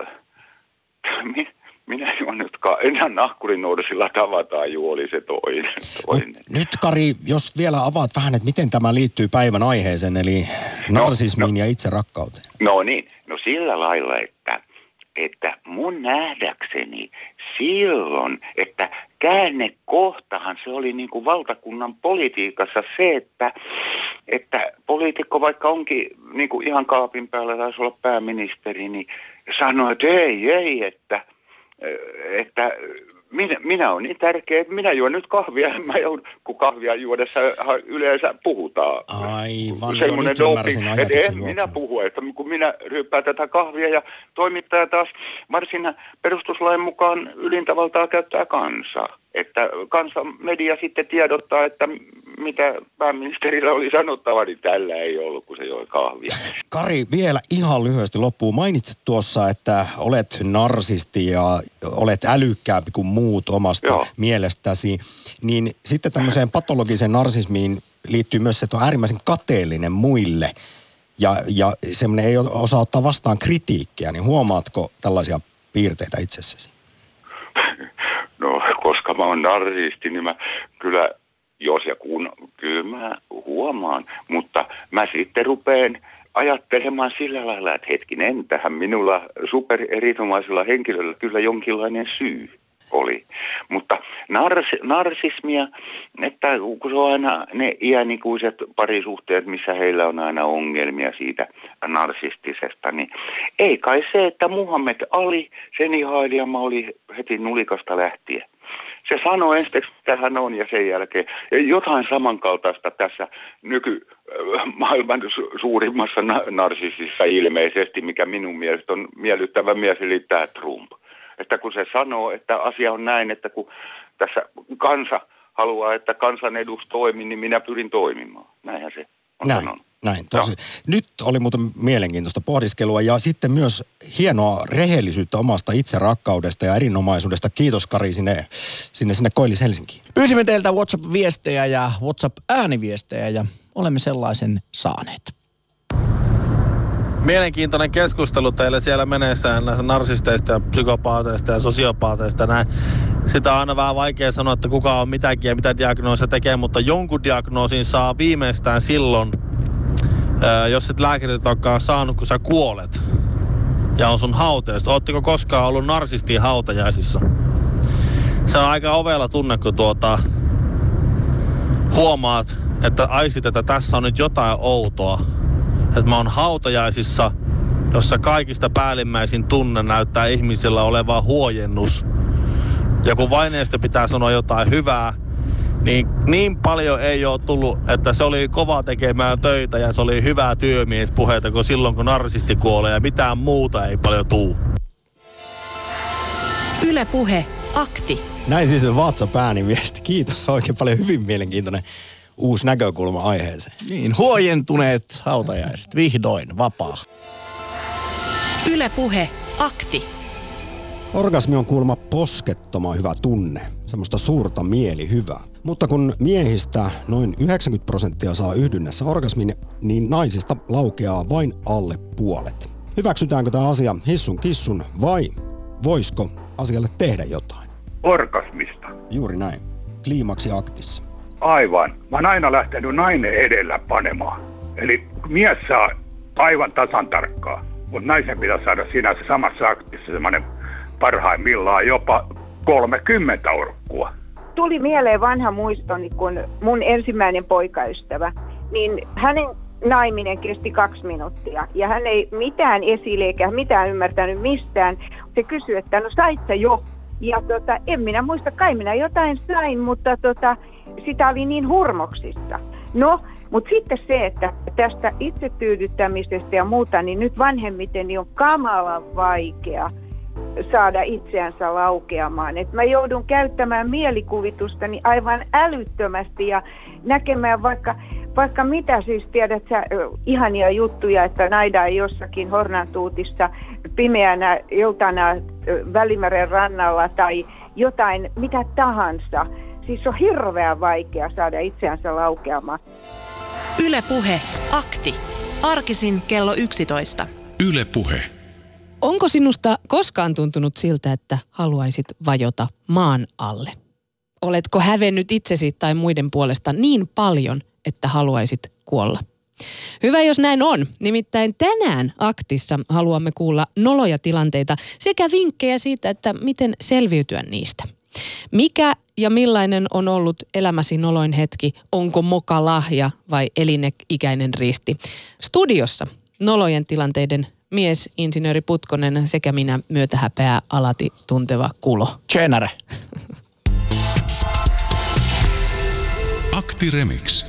G: minä juon nyt, ka- enää nahkurinoudosilla tavataan juoli se toinen. toinen.
D: Nyt, nyt Kari, jos vielä avaat vähän, että miten tämä liittyy päivän aiheeseen, eli narsismiin no, no, ja itserakkauteen.
G: No niin, no sillä lailla, että, että mun nähdäkseni silloin, että käännekohtahan se oli niin kuin valtakunnan politiikassa se, että, että poliitikko vaikka onkin niin kuin ihan kaapin päällä, taisi olla pääministeri, niin sanoi, että ei, ei, että että minä, minä olen niin tärkeä, että minä juon nyt kahvia, mä joudun, kun kahvia juodessa yleensä puhutaan.
D: Aivan,
G: jo nyt
D: ymmärsin
G: että en minä puhu, että kun minä ryyppään tätä kahvia ja toimittaja taas varsin perustuslain mukaan ylintä valtaa käyttää kansaa. Että kansan media sitten tiedottaa, että mitä pääministerillä oli sanottava, niin tällä ei ollut, kun se joi kahvia.
D: Kari, vielä ihan lyhyesti loppuun. Mainitsit tuossa, että olet narsisti ja olet älykkäämpi kuin muut omasta Joo. mielestäsi. Niin sitten tämmöiseen patologiseen narsismiin liittyy myös se, että on äärimmäisen kateellinen muille ja, ja semmoinen ei osaa ottaa vastaan kritiikkiä. Niin huomaatko tällaisia piirteitä itsessäsi?
G: No, koska mä oon narsisti, niin mä kyllä, jos ja kun, kyllä mä huomaan. Mutta mä sitten rupeen ajattelemaan sillä lailla, että hetkinen, tähän minulla supererinomaisella henkilöllä kyllä jonkinlainen syy oli. Mutta nars, narsismia, että kun se on aina ne iänikuiset parisuhteet, missä heillä on aina ongelmia siitä narsistisesta, niin ei kai se, että Muhammed Ali, sen ihailija oli heti nulikasta lähtien. Se sanoi ensiksi, mitä hän on, ja sen jälkeen jotain samankaltaista tässä nykymaailman su- suurimmassa na- narsisissa ilmeisesti, mikä minun mielestä on miellyttävä mies, eli tämä Trump. Että kun se sanoo, että asia on näin, että kun tässä kansa haluaa, että kansanedus toimii, niin minä pyrin toimimaan. Näinhän se on
D: näin,
G: sanonut.
D: Näin, tosi. No. Nyt oli muuten mielenkiintoista pohdiskelua ja sitten myös hienoa rehellisyyttä omasta itserakkaudesta ja erinomaisuudesta. Kiitos Kari sinne, sinne, sinne Koillis Helsinkiin.
C: Pyysimme teiltä WhatsApp-viestejä ja WhatsApp-ääniviestejä ja olemme sellaisen saaneet.
H: Mielenkiintoinen keskustelu teille siellä meneessään näistä narsisteista ja psykopaateista ja sosiopaateista. Näin. Sitä on aina vähän vaikea sanoa, että kuka on mitäkin ja mitä diagnoosia tekee, mutta jonkun diagnoosin saa viimeistään silloin, jos et lääkärit olekaan saanut, kun sä kuolet ja on sun hautajaista. Ootteko koskaan ollut narsistin hautajaisissa? Se on aika ovella tunne, kun tuota, huomaat, että aistit, että tässä on nyt jotain outoa. Että mä oon hautajaisissa, jossa kaikista päällimmäisin tunne näyttää ihmisillä olevaa huojennus. Ja kun vaineesta pitää sanoa jotain hyvää, niin niin paljon ei ole tullut, että se oli kova tekemään töitä ja se oli hyvää työmiespuheita kuin silloin, kun narsisti kuolee ja mitään muuta ei paljon tuu.
A: Yle Puhe, akti.
D: Näin siis on WhatsApp-ääniviesti. Kiitos oikein paljon, hyvin mielenkiintoinen uusi näkökulma aiheeseen.
C: Niin, huojentuneet hautajaiset, vihdoin vapaa.
A: Yle Puhe, akti.
D: Orgasmi on kuulemma poskettoman hyvä tunne, semmoista suurta mielihyvää. Mutta kun miehistä noin yhdeksänkymmentä prosenttia saa yhdynnässä orgasmin, niin naisista laukeaa vain alle puolet. Hyväksytäänkö tämä asia hissun kissun vai voisiko asialle tehdä jotain?
I: Orgasmista.
D: Juuri näin. Kliimaksi aktissa.
I: Aivan. Mä oon aina lähtenyt nainen edellä panemaan. Eli mies saa aivan tasan tarkkaa, mutta naisen pitää saada siinä samassa aktissa semmoinen parhaimmillaan jopa kolmekymmentä orkkua.
J: tuli mieleen vanha muistoni, kun mun ensimmäinen poikaystävä, niin hänen naiminen kesti kaksi minuuttia. Ja hän ei mitään esille eikä mitään ymmärtänyt mistään. Se kysyi, että no sait sä jo? Ja tota, en minä muista, kai minä jotain sain, mutta tota, sitä oli niin hurmoksissa. No, mutta sitten se, että tästä itsetyydyttämisestä ja muuta, niin nyt vanhemmiten niin on kamalan vaikea saada itseänsä laukeamaan. Et mä joudun käyttämään mielikuvitustani aivan älyttömästi ja näkemään vaikka, vaikka mitä, siis tiedät sä, ihania juttuja, että naidaan jossakin Hornantuutissa pimeänä iltana Välimeren rannalla tai jotain, mitä tahansa. Siis on hirveän vaikea saada itseänsä laukeamaan.
A: Yle Puhe. Akti. Arkisin kello yksitoista.
B: Yle Puhe.
K: Onko sinusta koskaan tuntunut siltä, että haluaisit vajota maan alle? Oletko hävennyt itsesi tai muiden puolesta niin paljon, että haluaisit kuolla? Hyvä, jos näin on. Nimittäin tänään Aktissa haluamme kuulla noloja tilanteita sekä vinkkejä siitä, että miten selviytyä niistä. Mikä ja millainen on ollut elämäsi noloin hetki? Onko moka lahja vai elinikäinen risti? Studiossa nolojen tilanteiden mies, insinööri Putkonen sekä minä myötähäpeää alati tunteva Kulo.
C: Tjenare.
B: Akti Remix.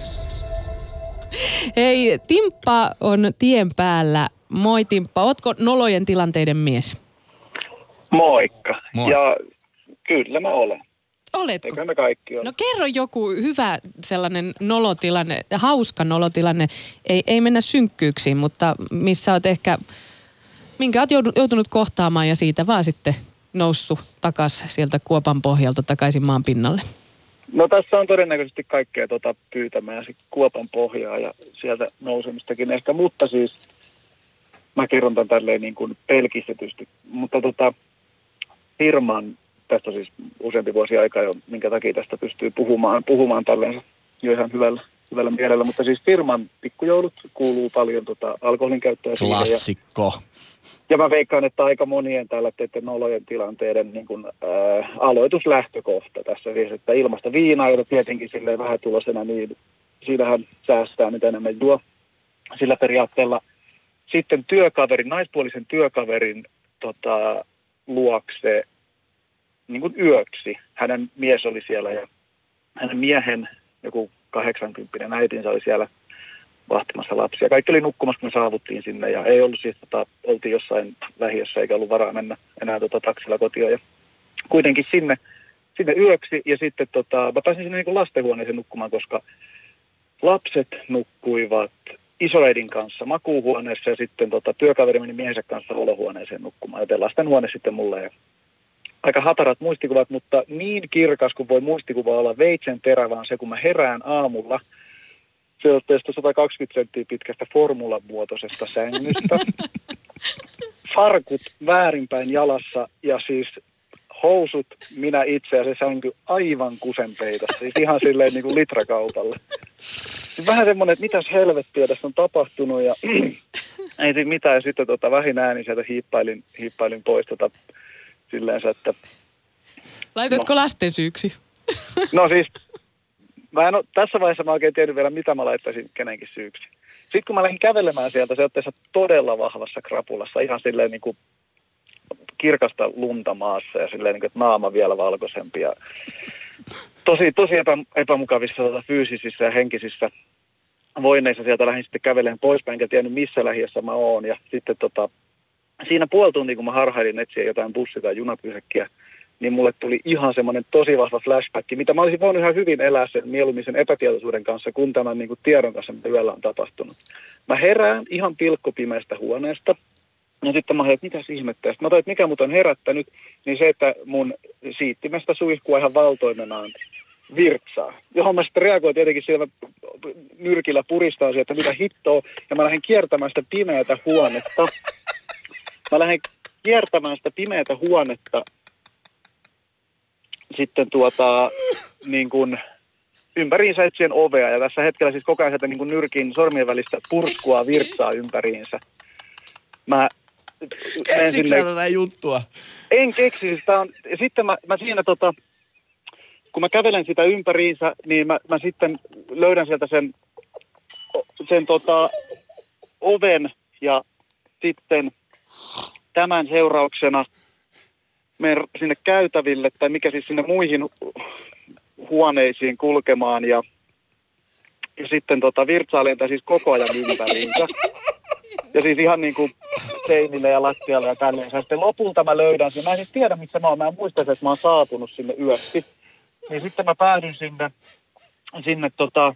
K: Hei, Timppa on tien päällä. Moi Timppa, ootko nolojen tilanteiden mies?
L: Moikka.
C: Moi.
L: Ja kyllä mä olen.
K: Oletko?
L: Eikä me kaikki ole.
K: No kerro joku hyvä sellainen nolotilanne, hauska nolotilanne. Ei, ei mennä synkkyyksiin, mutta missä oot ehkä, minkä oot joutunut kohtaamaan ja siitä vaan sitten noussut takas sieltä kuopan pohjalta takaisin maan pinnalle.
L: No tässä on todennäköisesti kaikkea tota pyytämään sit kuopan pohjaa ja sieltä nousemistakin ehkä, mutta siis mä kerron tämän tälleen niin kuin pelkistetysti, mutta tota firman, tästä siis useampi vuosi aikaa jo, minkä takia tästä pystyy puhumaan, puhumaan tälleen jo ihan hyvällä, hyvällä mielellä, mutta siis firman pikkujoulut kuuluu paljon tota alkoholin käyttöä.
C: Klassikko.
L: Ja, ja mä veikkaan, että aika monien täällä teiden nolojen tilanteiden niin kuin, ää, aloituslähtökohta tässä siis, että ilmasta viinaa, jota tietenkin silleen vähätulosena, niin siinähän säästää, mitä enemmän juo sillä periaatteella. Sitten työkaverin, naispuolisen työkaverin tota, luokse niin kuin yöksi. Hänen mies oli siellä ja hänen miehen, joku kahdeksankymppinen äitinsä oli siellä vahtimassa lapsia. Kaikki oli nukkumassa, kun me saavuttiin sinne ja ei ollut siis, tota, oltiin jossain lähiössä eikä ollut varaa mennä enää tota, taksilla kotiin ja kuitenkin sinne, sinne yöksi ja sitten tota, mä pääsin sinne niin kuin lastenhuoneeseen nukkumaan, koska lapset nukkuivat isoäidin kanssa makuuhuoneessa ja sitten tota, työkaveri meni miehensä kanssa olohuoneeseen nukkumaan, joten lastenhuone sitten mulle ja aika hatarat muistikuvat, mutta niin kirkas kuin voi muistikuva olla, veitsen terävä on se, kun mä herään aamulla sieltä sata kaksikymmentä senttiä pitkästä formulamuotoisesta sängystä, farkut väärinpäin jalassa ja siis housut, minä itse ja se sänky aivan kusenpeitossa, siis ihan silleen niin kuin litrakaupalle. Vähän semmoinen, että mitäs helvettiä tässä on tapahtunut ja ei siinä mitään ja sitten tota, vähin ääni sieltä hiippailin, hiippailin pois tota, silleensä, että...
K: Laitatko
L: no,
K: lasten syyksi?
L: No siis, mä en ole, tässä vaiheessa mä oikein tiedä vielä, mitä mä laittaisin kenenkin syyksi. Sitten kun mä lähdin kävelemään sieltä, se otteessa todella vahvassa krapulassa, ihan silleen niin kuin kirkasta lunta maassa ja silleen niin kuin, että naama vielä valkoisempi. Ja tosi, tosi epä, epämukavissa tota, fyysisissä ja henkisissä voineissa sieltä lähdin sitten kävelemään poispäin, enkä tiennyt missä lähiössä mä oon. Ja sitten tota, siinä puoli tuntia, kun mä harhailin etsiä jotain bussi- tai junapysäkkiä, niin mulle tuli ihan semmoinen tosi vahva flashback, mitä mä olisin voinut ihan hyvin elää sen mieluummin sen epätietoisuuden kanssa, kun tämän niin kuin tiedon kanssa, mitä yöllä on tapahtunut. Mä herään ihan pilkkopimeästä huoneesta, ja sitten mä ajattelin, että mitäs ihmettä. Sitten mä toin, että mikä mut on herättänyt, niin se, että mun siittimestä suihkua ihan valtoimenaan virtsaa. Johon mä sitten reagoin tietenkin siellä nyrkillä puristaa sieltä, että mitä hittoa, ja mä lähdin kiertämään sitä pimeätä huonetta. Mä lähdin kiertämään sitä pimeätä huonetta sitten tuota niin kuin ympäriinsä etsien ovea. Ja tässä hetkellä siis koko ajan sieltä niin kuin nyrkin sormien välistä purskua virtaa ympäriinsä. Mä
C: Keksitkö sä tätä juttua?
L: En keksi. Siis tää on, ja sitten mä, mä siinä tota, kun mä kävelen sitä ympäriinsä, niin mä, mä sitten löydän sieltä sen, sen tota, oven ja sitten tämän seurauksena menen sinne käytäville tai mikä siis sinne muihin huoneisiin kulkemaan ja, ja sitten tota, virtsailen siis koko ajan ympäriinsä. Ja siis ihan niin kuin seinille ja lattialle ja tälleen. Ja sitten lopulta mä löydän sen. Mä en siis tiedä, missä mä oon. Mä en muista, että mä oon saapunut sinne yöksi. Niin sitten mä päädyin sinne, sinne tota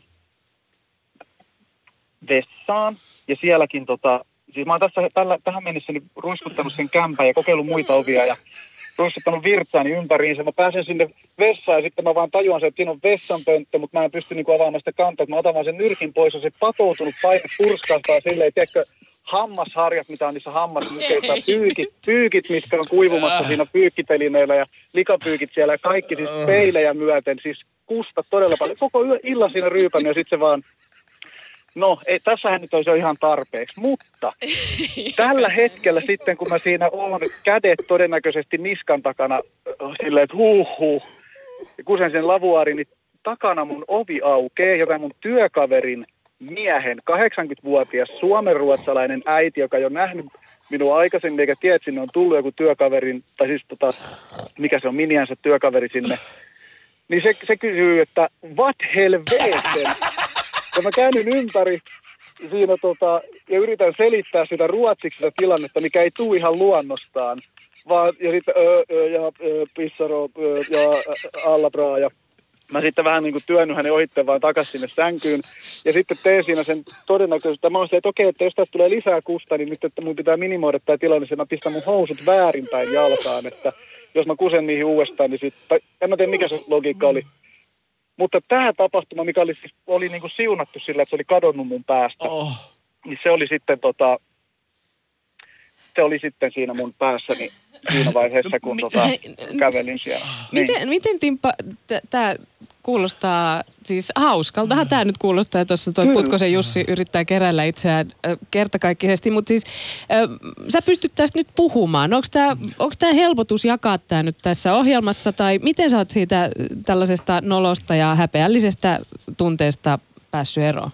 L: vessaan. Ja sielläkin tota, siis mä oon tässä tällä, tähän mennessä niin ruiskuttanut sen kämpän ja kokeillut muita ovia ja ruiskuttanut virtsaani ympäriinsä. Mä pääsen sinne vessaan ja sitten mä vaan tajuan sen, että siinä on vessanpönttö, mutta mä en pysty niinku avaamaan sitä kantaa. Mä otan vaan sen nyrkin pois ja se patoutunut paine purskahtaa silleen, tiedätkö, hammasharjat, mitä on niissä hammasmukeissa, pyykit, pyykit, mitkä on kuivumassa siinä pyykkitelineillä ja likapyykit siellä ja kaikki siis peilejä myöten, siis kusta todella paljon. Koko yö, illan siinä ryypännyt ja sitten se vaan, no ei, tässähän nyt olisi jo ihan tarpeeksi, mutta tällä hetkellä sitten kun mä siinä oon kädet todennäköisesti niskan takana silleen, että huh huh, ja kusen sen lavuaarin, niin takana mun ovi aukeaa, joka mun työkaverin miehen, kahdeksankymmentävuotias suomenruotsalainen äiti, joka ei ole nähnyt minua aikaisemmin, eikä tiedä, että sinne on tullut joku työkaverin, tai siis tota, mikä se on, miniänsä työkaveri sinne, niin se, se kysyy, että what helveten? Ja mä käännyn ympäri siinä tota, ja yritän selittää sitä ruotsiksi sitä tilannetta, mikä ei tule ihan luonnostaan, vaan ja sitten ö, ö, ja ö, pissaro ö, ja allabraa ja mä sitten vähän niin kuin työnnyt hänen ohitteen vaan takaisin sinne sänkyyn. Ja sitten teen siinä sen todennäköisesti. Mä oon se, että okei, että jos tästä tulee lisää kusta, niin nyt että mun pitää minimoida tämä tilanne, että mä pistän mun housut väärinpäin jalkaan. Että jos mä kusen niihin uudestaan, niin sitten, en mä tiedä mikä se logiikka oli. Mutta tämä tapahtuma, mikä oli, siis, oli niin kuin siunattu sillä, että se oli kadonnut mun päästä, oh. niin se oli sitten tota, se oli sitten siinä mun päässäni siinä vaiheessa, kun tota, kävelin siellä.
K: Miten,
L: niin.
K: miten Timppa, tämä kuulostaa, siis hauskaltahan tämä nyt kuulostaa, tuossa tuo Putkosen Jussi yrittää keräillä itseään äh, kertakaikkisesti, mutta siis äh, sä pystyt tästä nyt puhumaan. Onko tämä onko tämä helpotus jakaa tämä nyt tässä ohjelmassa, tai miten sä oot siitä tällaisesta nolosta ja häpeällisestä tunteesta päässyt eroon?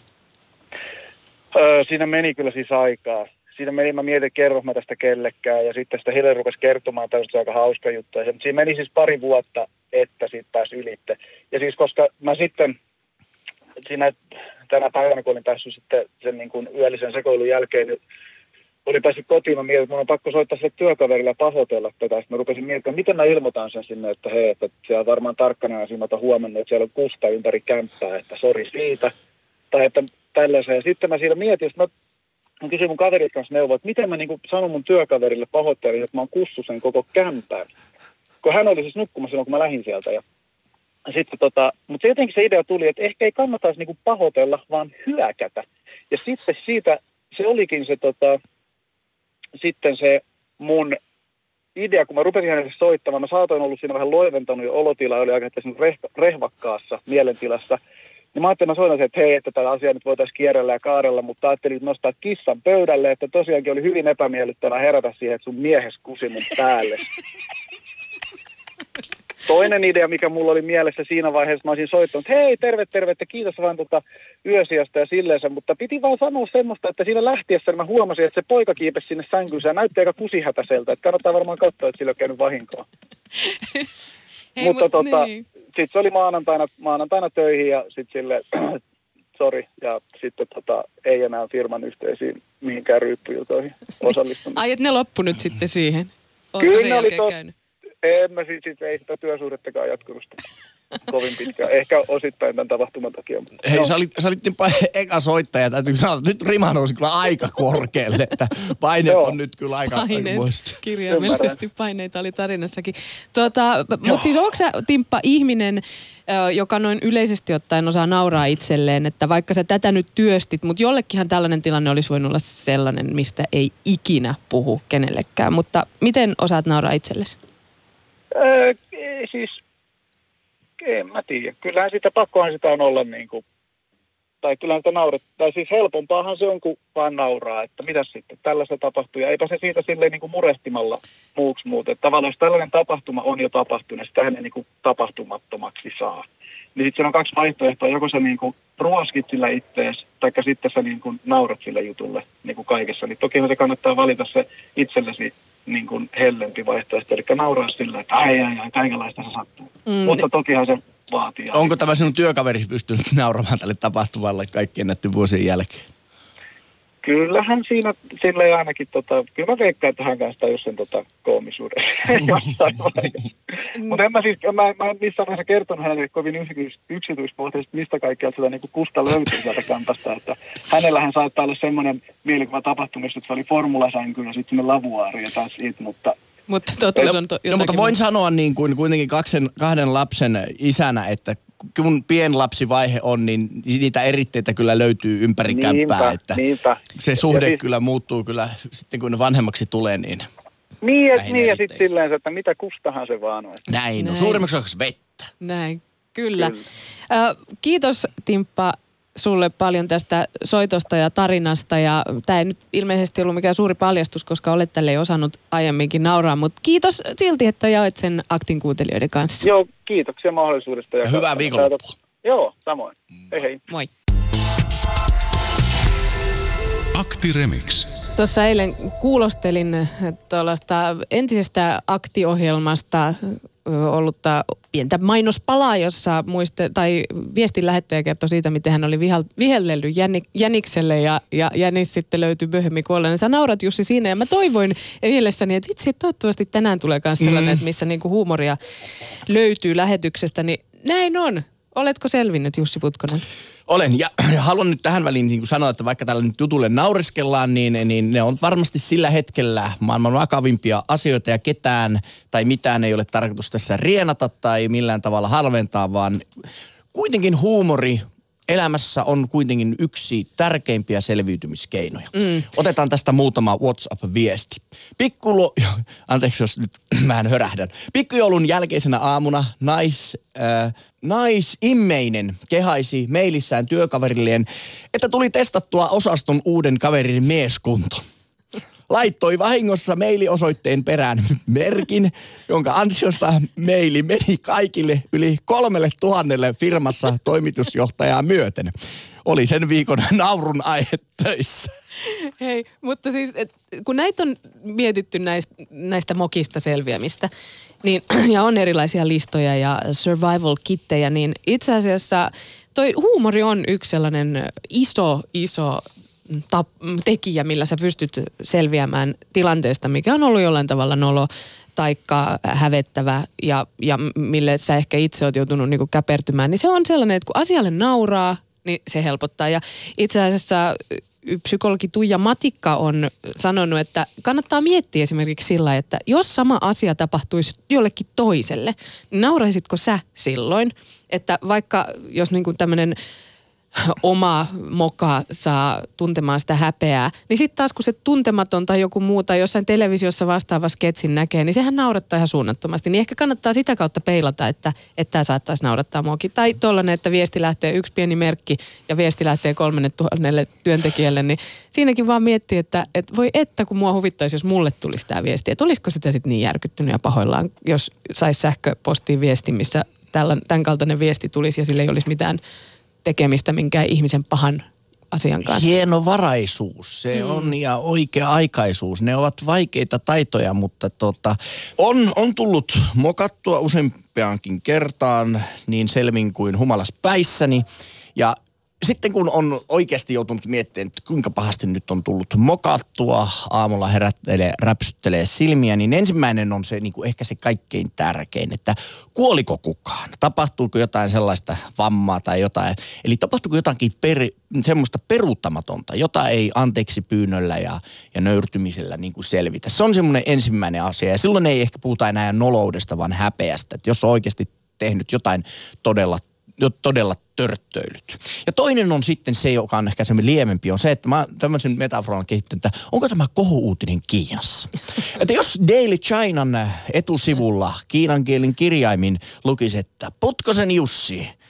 L: Öö, siinä meni kyllä siis aikaa. Siinä meni, mä mietin, kerron mä tästä kellekään, ja sitten sitä Hille rupesi kertomaan tällaista aika hauska juttu. Ja siinä meni siis pari vuotta, että siitä pääsi ylitte. Ja siis koska mä sitten siinä tänä päivänä, kun olin päässyt sitten sen niin kuin yöllisen sekoilun jälkeen, niin olin päässyt kotiin, mä mietin, että mun on pakko soittaa sille työkaverille ja pahoitella tätä. Sitten mä rupesin miettimään, miten mä ilmoitan sen sinne, että hei, että siellä on varmaan tarkkana ja siinä mä huomannut, että siellä on kusta ympäri kämppää, että sori siitä. Tai että tällaisen. Ja sitten mä siinä mietin, että mä Mä kysyin mun kaverit kanssa neuvoa, että miten mä niin sanon mun työkaverille pahoittelin, että mä oon kussu sen koko kämpään. Kun hän oli siis nukkumassa silloin, kun mä lähdin sieltä. Ja sitten tota, mutta jotenkin se idea tuli, että ehkä ei kannattaisi niin pahoitella, vaan hyökätä. Ja sitten siitä, se olikin se, tota, sitten se mun idea, kun mä rupesin hänelle soittamaan. Mä saatoin ollut siinä vähän loiventanut jo olotila, oli aika rehvakkaassa mielentilassa. Niin mä ajattelin, mä soitan, että hei, että tätä asiaa nyt voitaisiin kierrellä ja kaarella, mutta ajattelin nostaa kissan pöydälle, että tosiaankin oli hyvin epämiellyttävää herätä siihen, että sun miehes kusi mun päälle. Toinen idea, mikä mulla oli mielessä siinä vaiheessa, mä olisin soittanut, että hei, terve, terve, että kiitos vaan tota yösiasta ja silleensä, mutta piti vaan sanoa semmoista, että siinä lähtiessä mä huomasin, että se poika kiipesi sinne sänkynsä ja näytti aika kusihätäseltä, että kannattaa varmaan katsoa, että sillä on käynyt vahinkoa. Hei, mutta mut, tota, niin. Sitten se oli maanantaina, maanantaina töihin ja sitten silleen, sori, ja sitten tota, ei enää firman yhteisiin mihinkään ryyppyiltoihin osallistunut.
K: Ai, että ne loppu nyt sitten siihen? Ootko
L: Kyllä
K: sen
L: ne oli to...
K: käynyt?
L: En mä sit, sit, ei sitä työsuhdettakaan jatkunut kovin pitkään. Ehkä osittain tämän tapahtuman takia. Mutta
C: hei,
L: no.
C: sä olit, sä olit eka soittaja. Täytyy sanoa, että nyt rima nousi kyllä aika korkealle. Että paineet on nyt kyllä aika muista.
K: Kirjaimellisesti paineita oli tarinassakin. Tota, mutta siis onko sä, Timppa, ihminen, joka noin yleisesti ottaen osaa nauraa itselleen, että vaikka sä tätä nyt työstit, mutta jollekinhan tällainen tilanne olisi voinut olla sellainen, mistä ei ikinä puhu kenellekään. Mutta miten osaat nauraa itsellesi?
L: Öö, siis, en mä tiedä. Kyllähän sitä pakkohan sitä on olla niin kuin tai kyllä sitä nauret, tai siis helpompaahan se on kuin vaan nauraa, että mitäs sitten tällaista tapahtuu, ja eipä se siitä silleen niin kuin murehtimalla muuksi muuta. Että tavallaan jos tällainen tapahtuma on jo tapahtunut, niin sitä ei niin kuin tapahtumattomaksi saa. Niin sitten siellä on kaksi vaihtoehtoa, joko sä niin kuin ruoskit sillä ittees, tai sitten sä niin kuin naurat sille jutulle niin kuin kaikessa. Niin tokihan se kannattaa valita se itsellesi niin kuin hellempi vaihtoehto, eli nauraa sillä, että ai ai ai, kaikenlaista se sattuu. Mm. Mutta tokihan se vaatii.
C: Onko tämä sinun työkaveri pystynyt nauramaan tälle tapahtumalle kaikkien näiden vuosien jälkeen?
L: Kyllähän siinä silleen ainakin, tota, kyllä mä veikkaan, että hän kanssa tajus sen tota, koomisuuden jossain vaiheessa. Mutta en mä siis, mä, mä en missään vaiheessa kertonut hänelle kovin yksityis, yksityiskohtaisesti, mistä kaikkea sitä niin kuin kusta löytyy sieltä kampasta. Että hänellähän saattaa olla semmoinen mielikuva tapahtumista, että se oli formulasänky ja sitten sinne lavuaari ja taas it, mutta...
K: Mutta totuus on to,
C: no, mutta voin muuta. sanoa niin kuin kuitenkin kaksen, kahden lapsen isänä, että kun pienlapsivaihe on, niin niitä eritteitä kyllä löytyy ympäri niinpä, kämppää, että
L: niinpä.
C: Se suhde siis, kyllä muuttuu kyllä sitten kun ne vanhemmaksi tulee, niin...
L: Niin, et, niin ja sitten silleen, että mitä kustahan se vaan on.
C: Näin, no suurimmaksi osaksi vettä.
K: Näin, kyllä. kyllä. Äh, kiitos Timppa sulle paljon tästä soitosta ja tarinasta, ja tämä ei nyt ilmeisesti ollut mikään suuri paljastus, koska olet tälle osannut aiemminkin nauraa, mutta kiitos silti, että jaoit sen Aktin kuuntelijoiden kanssa.
L: Joo, kiitoksia mahdollisuudesta.
C: Ja hyvää viikonloppua.
L: Joo, samoin. Hei hei.
K: Moi.
B: Akti Remix.
K: Tuossa eilen kuulostelin tuollaista entisestä Akti-ohjelmasta ollutta pientä mainospalaa, jossa muiste, tai viestin lähettäjä kertoi siitä, miten hän oli vihal, vihellellyt Jäni, Jänikselle ja, ja Jänis sitten löytyi myöhemmin kuolleena. Sä naurat Jussi siinä ja mä toivoin mielessäni, että vitsi, toivottavasti tänään tulee myös sellainen, mm. että missä niinku huumoria löytyy lähetyksestä, niin näin on. Oletko selvinnyt, Jussi Putkonen?
C: Olen, ja haluan nyt tähän väliin niin kuin sanoa, että vaikka tällä nyt jutulle naureskellaan, niin, niin ne on varmasti sillä hetkellä maailman vakavimpia asioita, ja ketään tai mitään ei ole tarkoitus tässä rienata tai millään tavalla halventaa, vaan kuitenkin huumori elämässä on kuitenkin yksi tärkeimpiä selviytymiskeinoja. Mm. Otetaan tästä muutama WhatsApp-viesti. Pikkulo... Anteeksi, jos nyt vähän hörähdän. Pikkujoulun jälkeisenä aamuna nais... Äh, naisimmeinen kehaisi mailissään työkaverilleen, että tuli testattua osaston uuden kaverin mieskunto. Laittoi vahingossa mailiosoitteen perään merkin, jonka ansiosta maili meni kaikille yli kolmelle tuhannelle firmassa toimitusjohtajaa myöten. Oli sen viikon naurun aihe töissä.
K: Hei, mutta siis et, kun näitä on mietitty näistä, näistä mokista selviämistä, niin, ja on erilaisia listoja ja survival-kittejä, niin itse asiassa toi huumori on yksi sellainen iso, iso tap- tekijä, millä sä pystyt selviämään tilanteesta, mikä on ollut jollain tavalla nolo taikka hävettävä ja, ja mille sä ehkä itse oot joutunut niinku käpertymään, niin se on sellainen, että kun asialle nauraa, niin se helpottaa. Ja itse asiassa psykologi Tuija Matikka on sanonut, että kannattaa miettiä esimerkiksi sillä, että jos sama asia tapahtuisi jollekin toiselle, niin nauraisitko sä silloin? Että vaikka jos niin kuin tämmöinen oma moka saa tuntemaan sitä häpeää, niin sitten taas kun se tuntematon tai joku muu tai jossain televisiossa vastaava sketsin näkee, niin sehän naurattaa ihan suunnattomasti. Niin ehkä kannattaa sitä kautta peilata, että tämä saattaisi naurattaa muakin. Tai tollainen, että viesti lähtee yksi pieni merkki ja viesti lähtee kolmelle tuhannelle työntekijälle, niin siinäkin vaan miettii, että, että voi että kun mua huvittaisi, jos mulle tulisi tämä viesti. Että olisiko sitä sitten niin järkyttynyt ja pahoillaan, jos saisi sähköpostiin viesti, missä tällän, tämän kaltainen viesti tulisi ja sillä ei olisi mitään tekemistä minkään ihmisen pahan asian kanssa.
C: Hienovaraisuus, se mm. on, ja oikea-aikaisuus. Ne ovat vaikeita taitoja, mutta tota, on, on tullut mokattua useampiaankin kertaan niin selvin kuin humalas päissäni. Ja sitten kun on oikeasti joutunut miettimään, että kuinka pahasti nyt on tullut mokattua, aamulla herättelee, räpsyttelee silmiä, niin ensimmäinen on se niin kuin ehkä se kaikkein tärkein, että kuoliko kukaan? Tapahtuuko jotain sellaista vammaa tai jotain? Eli tapahtuuko jotakin per, semmoista peruuttamatonta, jota ei anteeksi pyynnöllä ja, ja nöyrtymisellä niin kuin selvitä? Se on semmoinen ensimmäinen asia, ja silloin ei ehkä puhuta enää noloudesta, vaan häpeästä. Että jos on oikeasti tehnyt jotain todella jo todella törttöilyt. Ja toinen on sitten se, joka on ehkä semmoinen lievempi, on se, että mä tämmöisen metaforan kehittänyt, että onko tämä kohu-uutinen Kiinassa? Että jos Daily Chinan etusivulla kiinan kielen kirjaimin lukisi, että Putkosen Jussi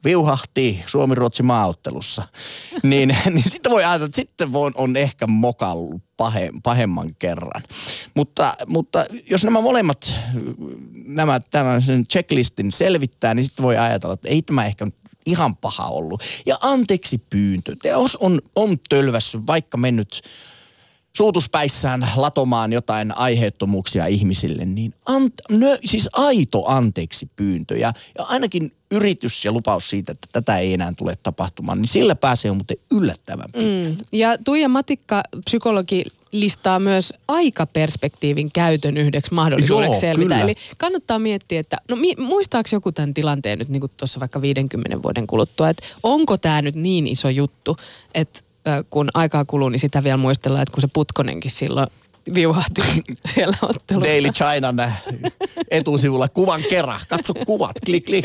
C: viuhahti Suomi-Ruotsi maaottelussa, niin, niin sitten voi ajatella, että sitten voi, on ehkä mokallut pahe, pahemman kerran. Mutta, mutta jos nämä molemmat, nämä tämän sen checklistin selvittää, niin sitten voi ajatella, että ei tämä ehkä ihan paha ollut. Ja anteeksi pyyntö. Teos on, on tölvässyt, vaikka mennyt suutuspäissään latomaan jotain aiheettomuuksia ihmisille, niin ant, nö, siis aito anteeksi pyyntö ja, ja ainakin yritys ja lupaus siitä, että tätä ei enää tule tapahtumaan, niin sillä pääsee on muuten yllättävän pitkälle. Mm.
K: Ja Tuija Matikka, psykologi, listaa myös aikaperspektiivin käytön yhdeksi mahdollisuudeksi
C: Joo,
K: selvitä.
C: kyllä.
K: Eli kannattaa miettiä, että no mi, muistaako joku tämän tilanteen nyt niin kuin tuossa vaikka viidenkymmenen vuoden kuluttua, että onko tämä nyt niin iso juttu, että kun aikaa kuluu, niin sitä vielä muistellaan, että kun se Putkonenkin silloin viuhahti siellä ottelussa.
C: Daily Chinan etusivulla kuvan kerran. Katso kuvat, klik klik.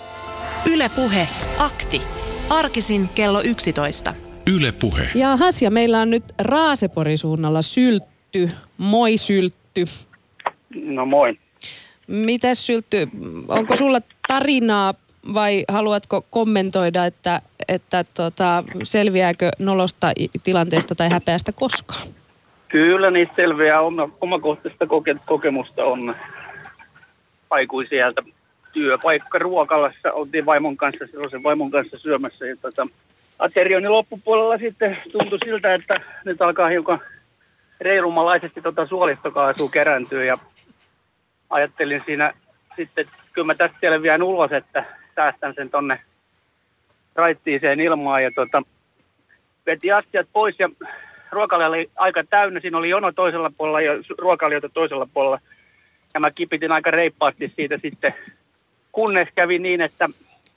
A: Yle Puhe, akti. Arkisin kello yksitoista.
B: Yle Puhe.
K: Ja Hasja, meillä on nyt Raaseporin suunnalla Syltty. Moi Syltty.
L: No moi.
K: Mitäs Syltty, onko sulla tarinaa vai haluatko kommentoida, että, että tota, selviääkö nolosta tilanteesta tai häpeästä koskaan?
L: Kyllä niistä selviää. Oma, omakohtaista koke, kokemusta on aikuisieltä työpaikka ruokalassa. Oltiin vaimon kanssa, silloisen vaimon kanssa syömässä. Ja tota, aterioni loppupuolella sitten tuntui siltä, että nyt alkaa hiukan reilumalaisesti tota suolistokaasua kerääntyä. Ja ajattelin siinä sitten, kyllä mä tästä selviään ulos, että säästän sen tonne raittiiseen ilmaan ja tota, veti astiat pois ja ruokailija oli aika täynnä. Siinä oli jono toisella puolella ja ruokailijoita toisella puolella. Ja mä kipitin aika reippaasti siitä sitten, kunnes kävi niin, että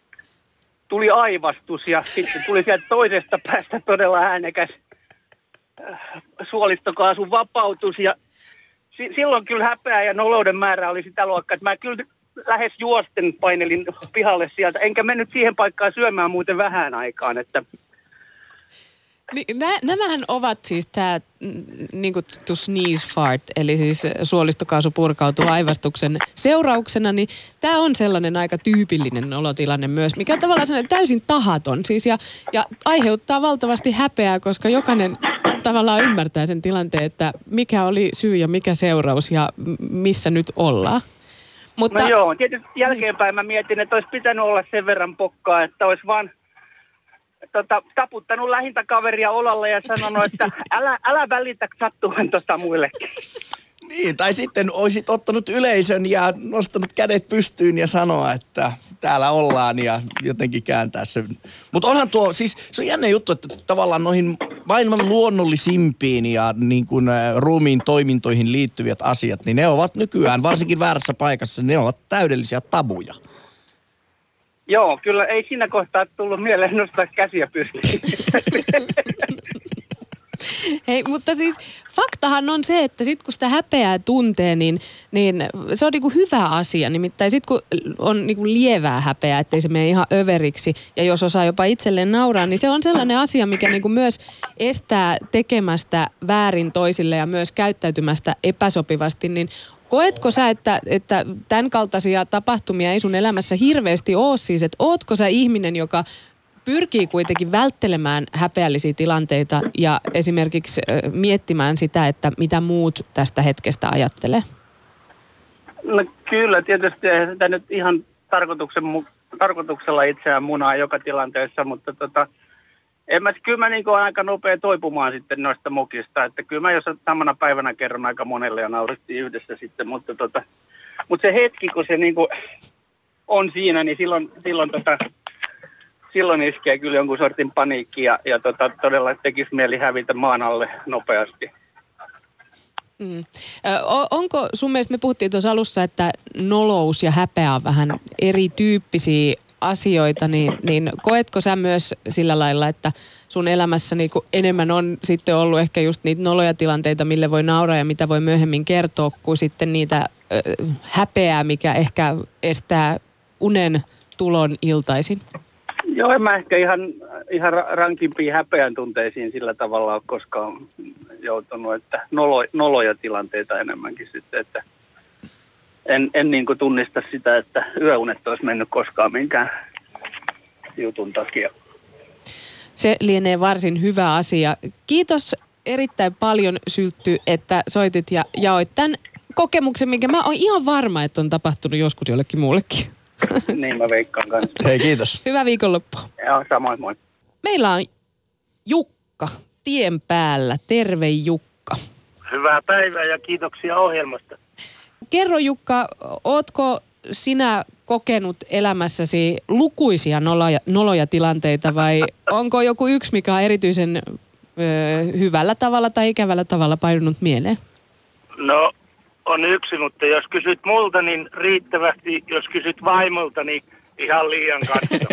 L: tuli aivastus ja sitten tuli sieltä toisesta päästä todella äänekäs suolistokaasun vapautus. Ja si- silloin kyllä häpeä ja nolouden määrä oli sitä luokkaa, että mä kyllä lähes juosten painelin pihalle sieltä, enkä mennyt siihen paikkaan syömään muuten vähän aikaan, että
K: Niin, nä, nämähän ovat siis tämä niin kutsuttu sneeze fart, eli siis suolistokaasu purkautuu aivastuksen seurauksena, niin tämä on sellainen aika tyypillinen olotilanne myös, mikä on tavallaan sellainen täysin tahaton siis ja, ja aiheuttaa valtavasti häpeää, koska jokainen tavallaan ymmärtää sen tilanteen, että mikä oli syy ja mikä seuraus ja missä nyt ollaan. Mutta
L: no joo, tietysti jälkeenpäin mä mietin, että olisi pitänyt olla sen verran pokkaa, että olisi vaan tota, taputtanut lähintä kaveria olalle ja sanonut, että älä, älä välitä sattuvan tuosta muillekin.
C: Niin, tai sitten olisit ottanut yleisön ja nostanut kädet pystyyn ja sanoa, että täällä ollaan ja jotenkin kääntää se. Mutta onhan tuo, siis se on jännä juttu, että tavallaan noihin maailman luonnollisimpiin ja niin kuin ruumiin toimintoihin liittyvät asiat, niin ne ovat nykyään, varsinkin väärässä paikassa, ne ovat täydellisiä tabuja.
L: Joo, kyllä ei siinä kohtaa tullut mieleen nostaa käsiä pystyyn.
K: Hei, mutta siis faktahan on se, että sit kun sitä häpeää tuntee, niin, niin se on niinku hyvä asia. Nimittäin sit kun on niinku lievää häpeää, ettei se mene ihan överiksi ja jos osaa jopa itselleen nauraa, niin se on sellainen asia, mikä niinku myös estää tekemästä väärin toisille ja myös käyttäytymästä epäsopivasti, niin koetko sä, että, että tämän kaltaisia tapahtumia ei sun elämässä hirveästi ole siis, että ootko sä ihminen, joka pyrkii kuitenkin välttelemään häpeällisiä tilanteita ja esimerkiksi miettimään sitä, että mitä muut tästä hetkestä ajattelee?
L: No kyllä, tietysti ei sitä nyt ihan tarkoituksen, tarkoituksella itseään munaa joka tilanteessa, mutta tota, en mä, kyllä mä niin aika nopea toipumaan sitten noista mokista, että kyllä mä jos samana päivänä kerron aika monelle ja naurittiin yhdessä sitten, mutta, tota, mutta se hetki, kun se niin kuin on siinä, niin silloin, silloin tota, Silloin iskee kyllä jonkun sortin paniikki ja, ja tota, todella tekisi mieli hävitä maan alle nopeasti.
K: Mm. Ö, onko sun mielestä, me puhuttiin tuossa alussa, että nolous ja häpeä on vähän erityyppisiä asioita, niin, niin koetko sä myös sillä lailla, että sun elämässä niinku enemmän on sitten ollut ehkä just niitä noloja tilanteita, mille voi nauraa ja mitä voi myöhemmin kertoa, kuin sitten niitä ö, häpeää, mikä ehkä estää unen tulon iltaisin?
L: Joo, en mä ehkä ihan, ihan rankimpiin häpeän tunteisiin sillä tavalla ole koskaan joutunut, että nolo, noloja tilanteita enemmänkin sitten, että en, en niin kuin tunnista sitä, että yöunet olisi mennyt koskaan minkään jutun takia.
K: Se lienee varsin hyvä asia. Kiitos erittäin paljon, Syltty, että soitit ja jaoit tämän kokemuksen, minkä mä oon ihan varma, että on tapahtunut joskus jollekin muullekin.
L: Niin mä veikkaan kanssa.
C: Hei, kiitos.
K: Hyvää viikonloppua.
L: Joo, samoin moi.
K: Meillä on Jukka tien päällä. Terve Jukka.
M: Hyvää päivää ja kiitoksia ohjelmasta.
K: Kerro Jukka, ootko sinä kokenut elämässäsi lukuisia noloja, noloja tilanteita vai onko joku yksi, mikä on erityisen ö, hyvällä tavalla tai ikävällä tavalla painunut mieleen?
M: No on yksi, mutta jos kysyt multa, niin riittävästi. Jos kysyt vaimolta, niin ihan liian kanssa.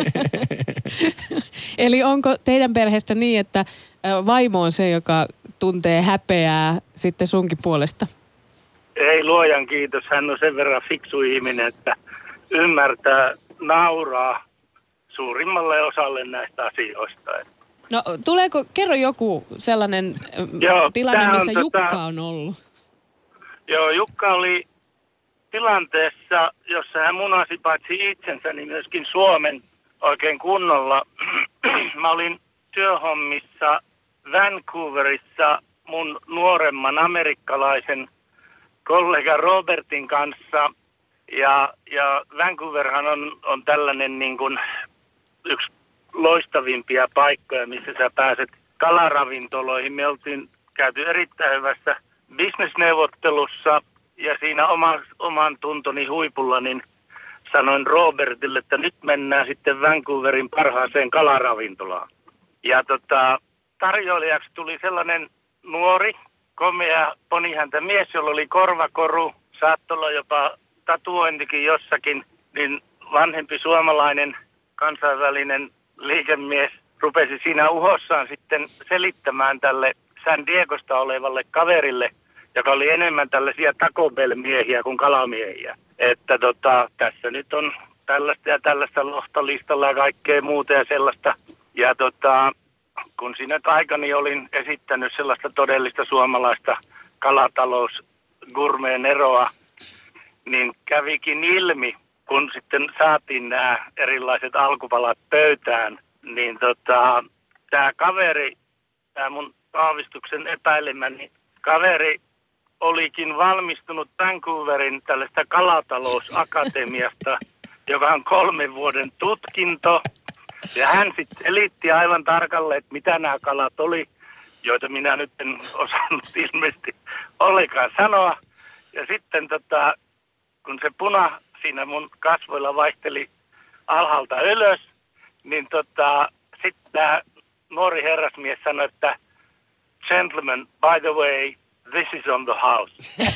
K: Eli onko teidän perheestä niin, että vaimo on se, joka tuntee häpeää sitten sunkin puolesta?
M: Ei luojan kiitos, hän on sen verran fiksu ihminen, että ymmärtää nauraa suurimmalle osalle näistä asioista.
K: No tuleeko, kerro joku sellainen
M: Joo,
K: tilanne, missä
M: on
K: Jukka
M: tota,
K: on ollut.
M: Joo, Jukka oli tilanteessa, jossa hän munasi paitsi itsensä, niin myöskin Suomen oikein kunnolla. Mä olin työhommissa Vancouverissa mun nuoremman amerikkalaisen kollega Robertin kanssa. Ja, ja Vancouverhan on, on tällainen niin kuin yksi loistavimpia paikkoja, missä sä pääset kalaravintoloihin. Me oltiin käyty erittäin hyvässä bisnesneuvottelussa ja siinä oma, oman tuntoni huipulla niin sanoin Robertille, että nyt mennään sitten Vancouverin parhaaseen kalaravintolaan. Ja tota, tarjoilijaksi tuli sellainen nuori, komea ponihäntä mies, jolla oli korvakoru, saattoi olla jopa tatuointikin jossakin, niin vanhempi suomalainen kansainvälinen liikemies rupesi siinä uhossaan sitten selittämään tälle San Diegosta olevalle kaverille, joka oli enemmän tällaisia Taco Bell-miehiä kuin kalamiehiä. Että tota, tässä nyt on tällaista ja tällaista lohtolistalla ja kaikkea muuta ja sellaista. Ja tota, kun siinä aikani olin esittänyt sellaista todellista suomalaista kalatalousgurmeen eroa, niin kävikin ilmi, kun sitten saatiin nämä erilaiset alkupalat pöytään, niin tota, tämä kaveri, tämä mun aavistuksen epäilemäni kaveri olikin valmistunut Vancouverin tällaista kalatalousakatemiasta, joka on kolmen vuoden tutkinto. Ja hän sitten selitti aivan tarkalleen, että mitä nämä kalat oli, joita minä nyt en osannut ilmeisesti ollenkaan sanoa. Ja sitten tota, kun se puna siinä mun kasvoilla vaihteli alhaalta ylös, niin tota, sitten tämä nuori herrasmies sanoi, että gentlemen, by the way, this is on the house.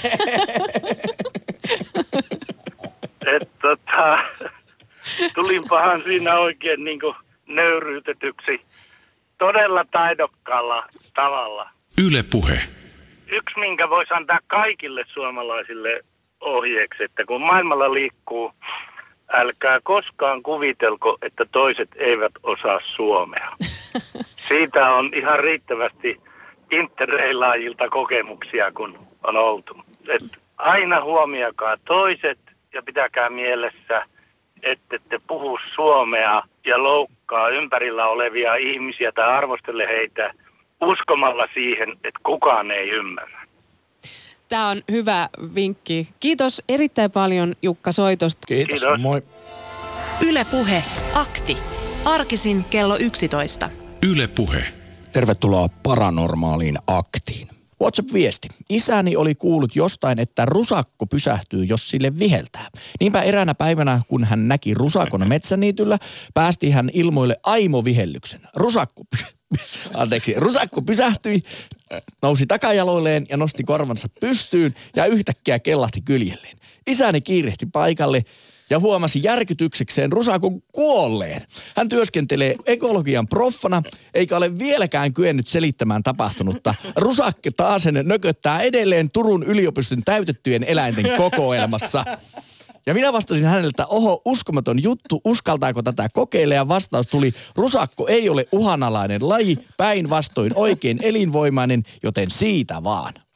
M: Et tota, tulinpahan siinä oikein niin kuin nöyryytetyksi todella taidokkaalla tavalla.
B: Yle Puhe.
M: Yksi, minkä voisi antaa kaikille suomalaisille ohjeeksi, että kun maailmalla liikkuu, älkää koskaan kuvitelko, että toiset eivät osaa suomea. Siitä on ihan riittävästi interreilaajilta kokemuksia, kun on oltu. Et aina huomioikaa toiset ja pitäkää mielessä, ette te puhu suomea ja loukkaa ympärillä olevia ihmisiä tai arvostele heitä uskomalla siihen, että kukaan ei ymmärrä.
K: Tämä on hyvä vinkki. Kiitos erittäin paljon Jukka soitosta.
C: Kiitos.
M: Kiitos.
C: Moi.
A: Yle Puhe. Akti. Arkisin kello yksitoista.
B: Yle Puhe.
D: Tervetuloa paranormaaliin aktiin.
C: WhatsApp-viesti. Isäni oli kuullut jostain, että rusakko pysähtyy, jos sille viheltää. Niinpä eräänä päivänä, kun hän näki rusakon metsäniityllä, päästi hän ilmoille aimovihellyksen. Rusakko, anteeksi, rusakko pysähtyi, nousi takajaloilleen ja nosti korvansa pystyyn ja yhtäkkiä kellahti kyljelleen. Isäni kiirehti paikalle ja huomasi järkytyksekseen rusakon kuolleen. Hän työskentelee ekologian proffana, eikä ole vieläkään kyennyt selittämään tapahtunutta. Rusakke taasen nököttää edelleen Turun yliopiston täytettyjen eläinten kokoelmassa. Ja minä vastasin häneltä, oho, uskomaton juttu, uskaltaako tätä kokeilla? Ja vastaus tuli, rusakko ei ole uhanalainen laji, päinvastoin oikein elinvoimainen, joten siitä vaan.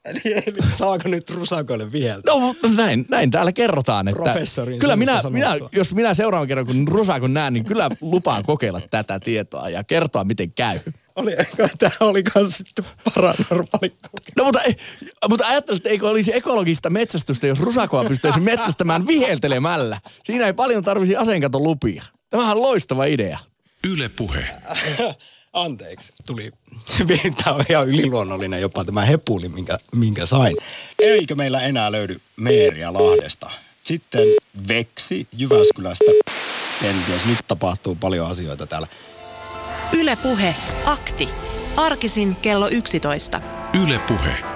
D: Eli, eli saako nyt rusakoille viheltä?
C: No, mutta näin, näin täällä kerrotaan, että
D: Professorin
C: kyllä minä,
D: suusta
C: minä,
D: sanottua.
C: jos minä seuraavan kerran, kun rusakon näen, niin kyllä lupaan kokeilla tätä tietoa ja kertoa, miten käy.
D: Oli, tämä oli kans sitten paranormaali kokemus.
C: No mutta, mutta ajattelin, että eikö olisi ekologista metsästystä, jos rusakoa pystyisi metsästämään viheltelemällä. Siinä ei paljon tarvisi aseenkatolupia. Tämähän on loistava idea.
B: Yle Puhe.
D: Anteeksi, tuli. Tämä on ihan yliluonnollinen jopa tämä hepuli, minkä, minkä sain. Eikö meillä enää löydy Meeriä Lahdesta? Sitten Veksi Jyväskylästä. Kenties nyt tapahtuu paljon asioita täällä.
A: Yle Puhe. Akti. Arkisin kello yksitoista.
B: Yle Puhe.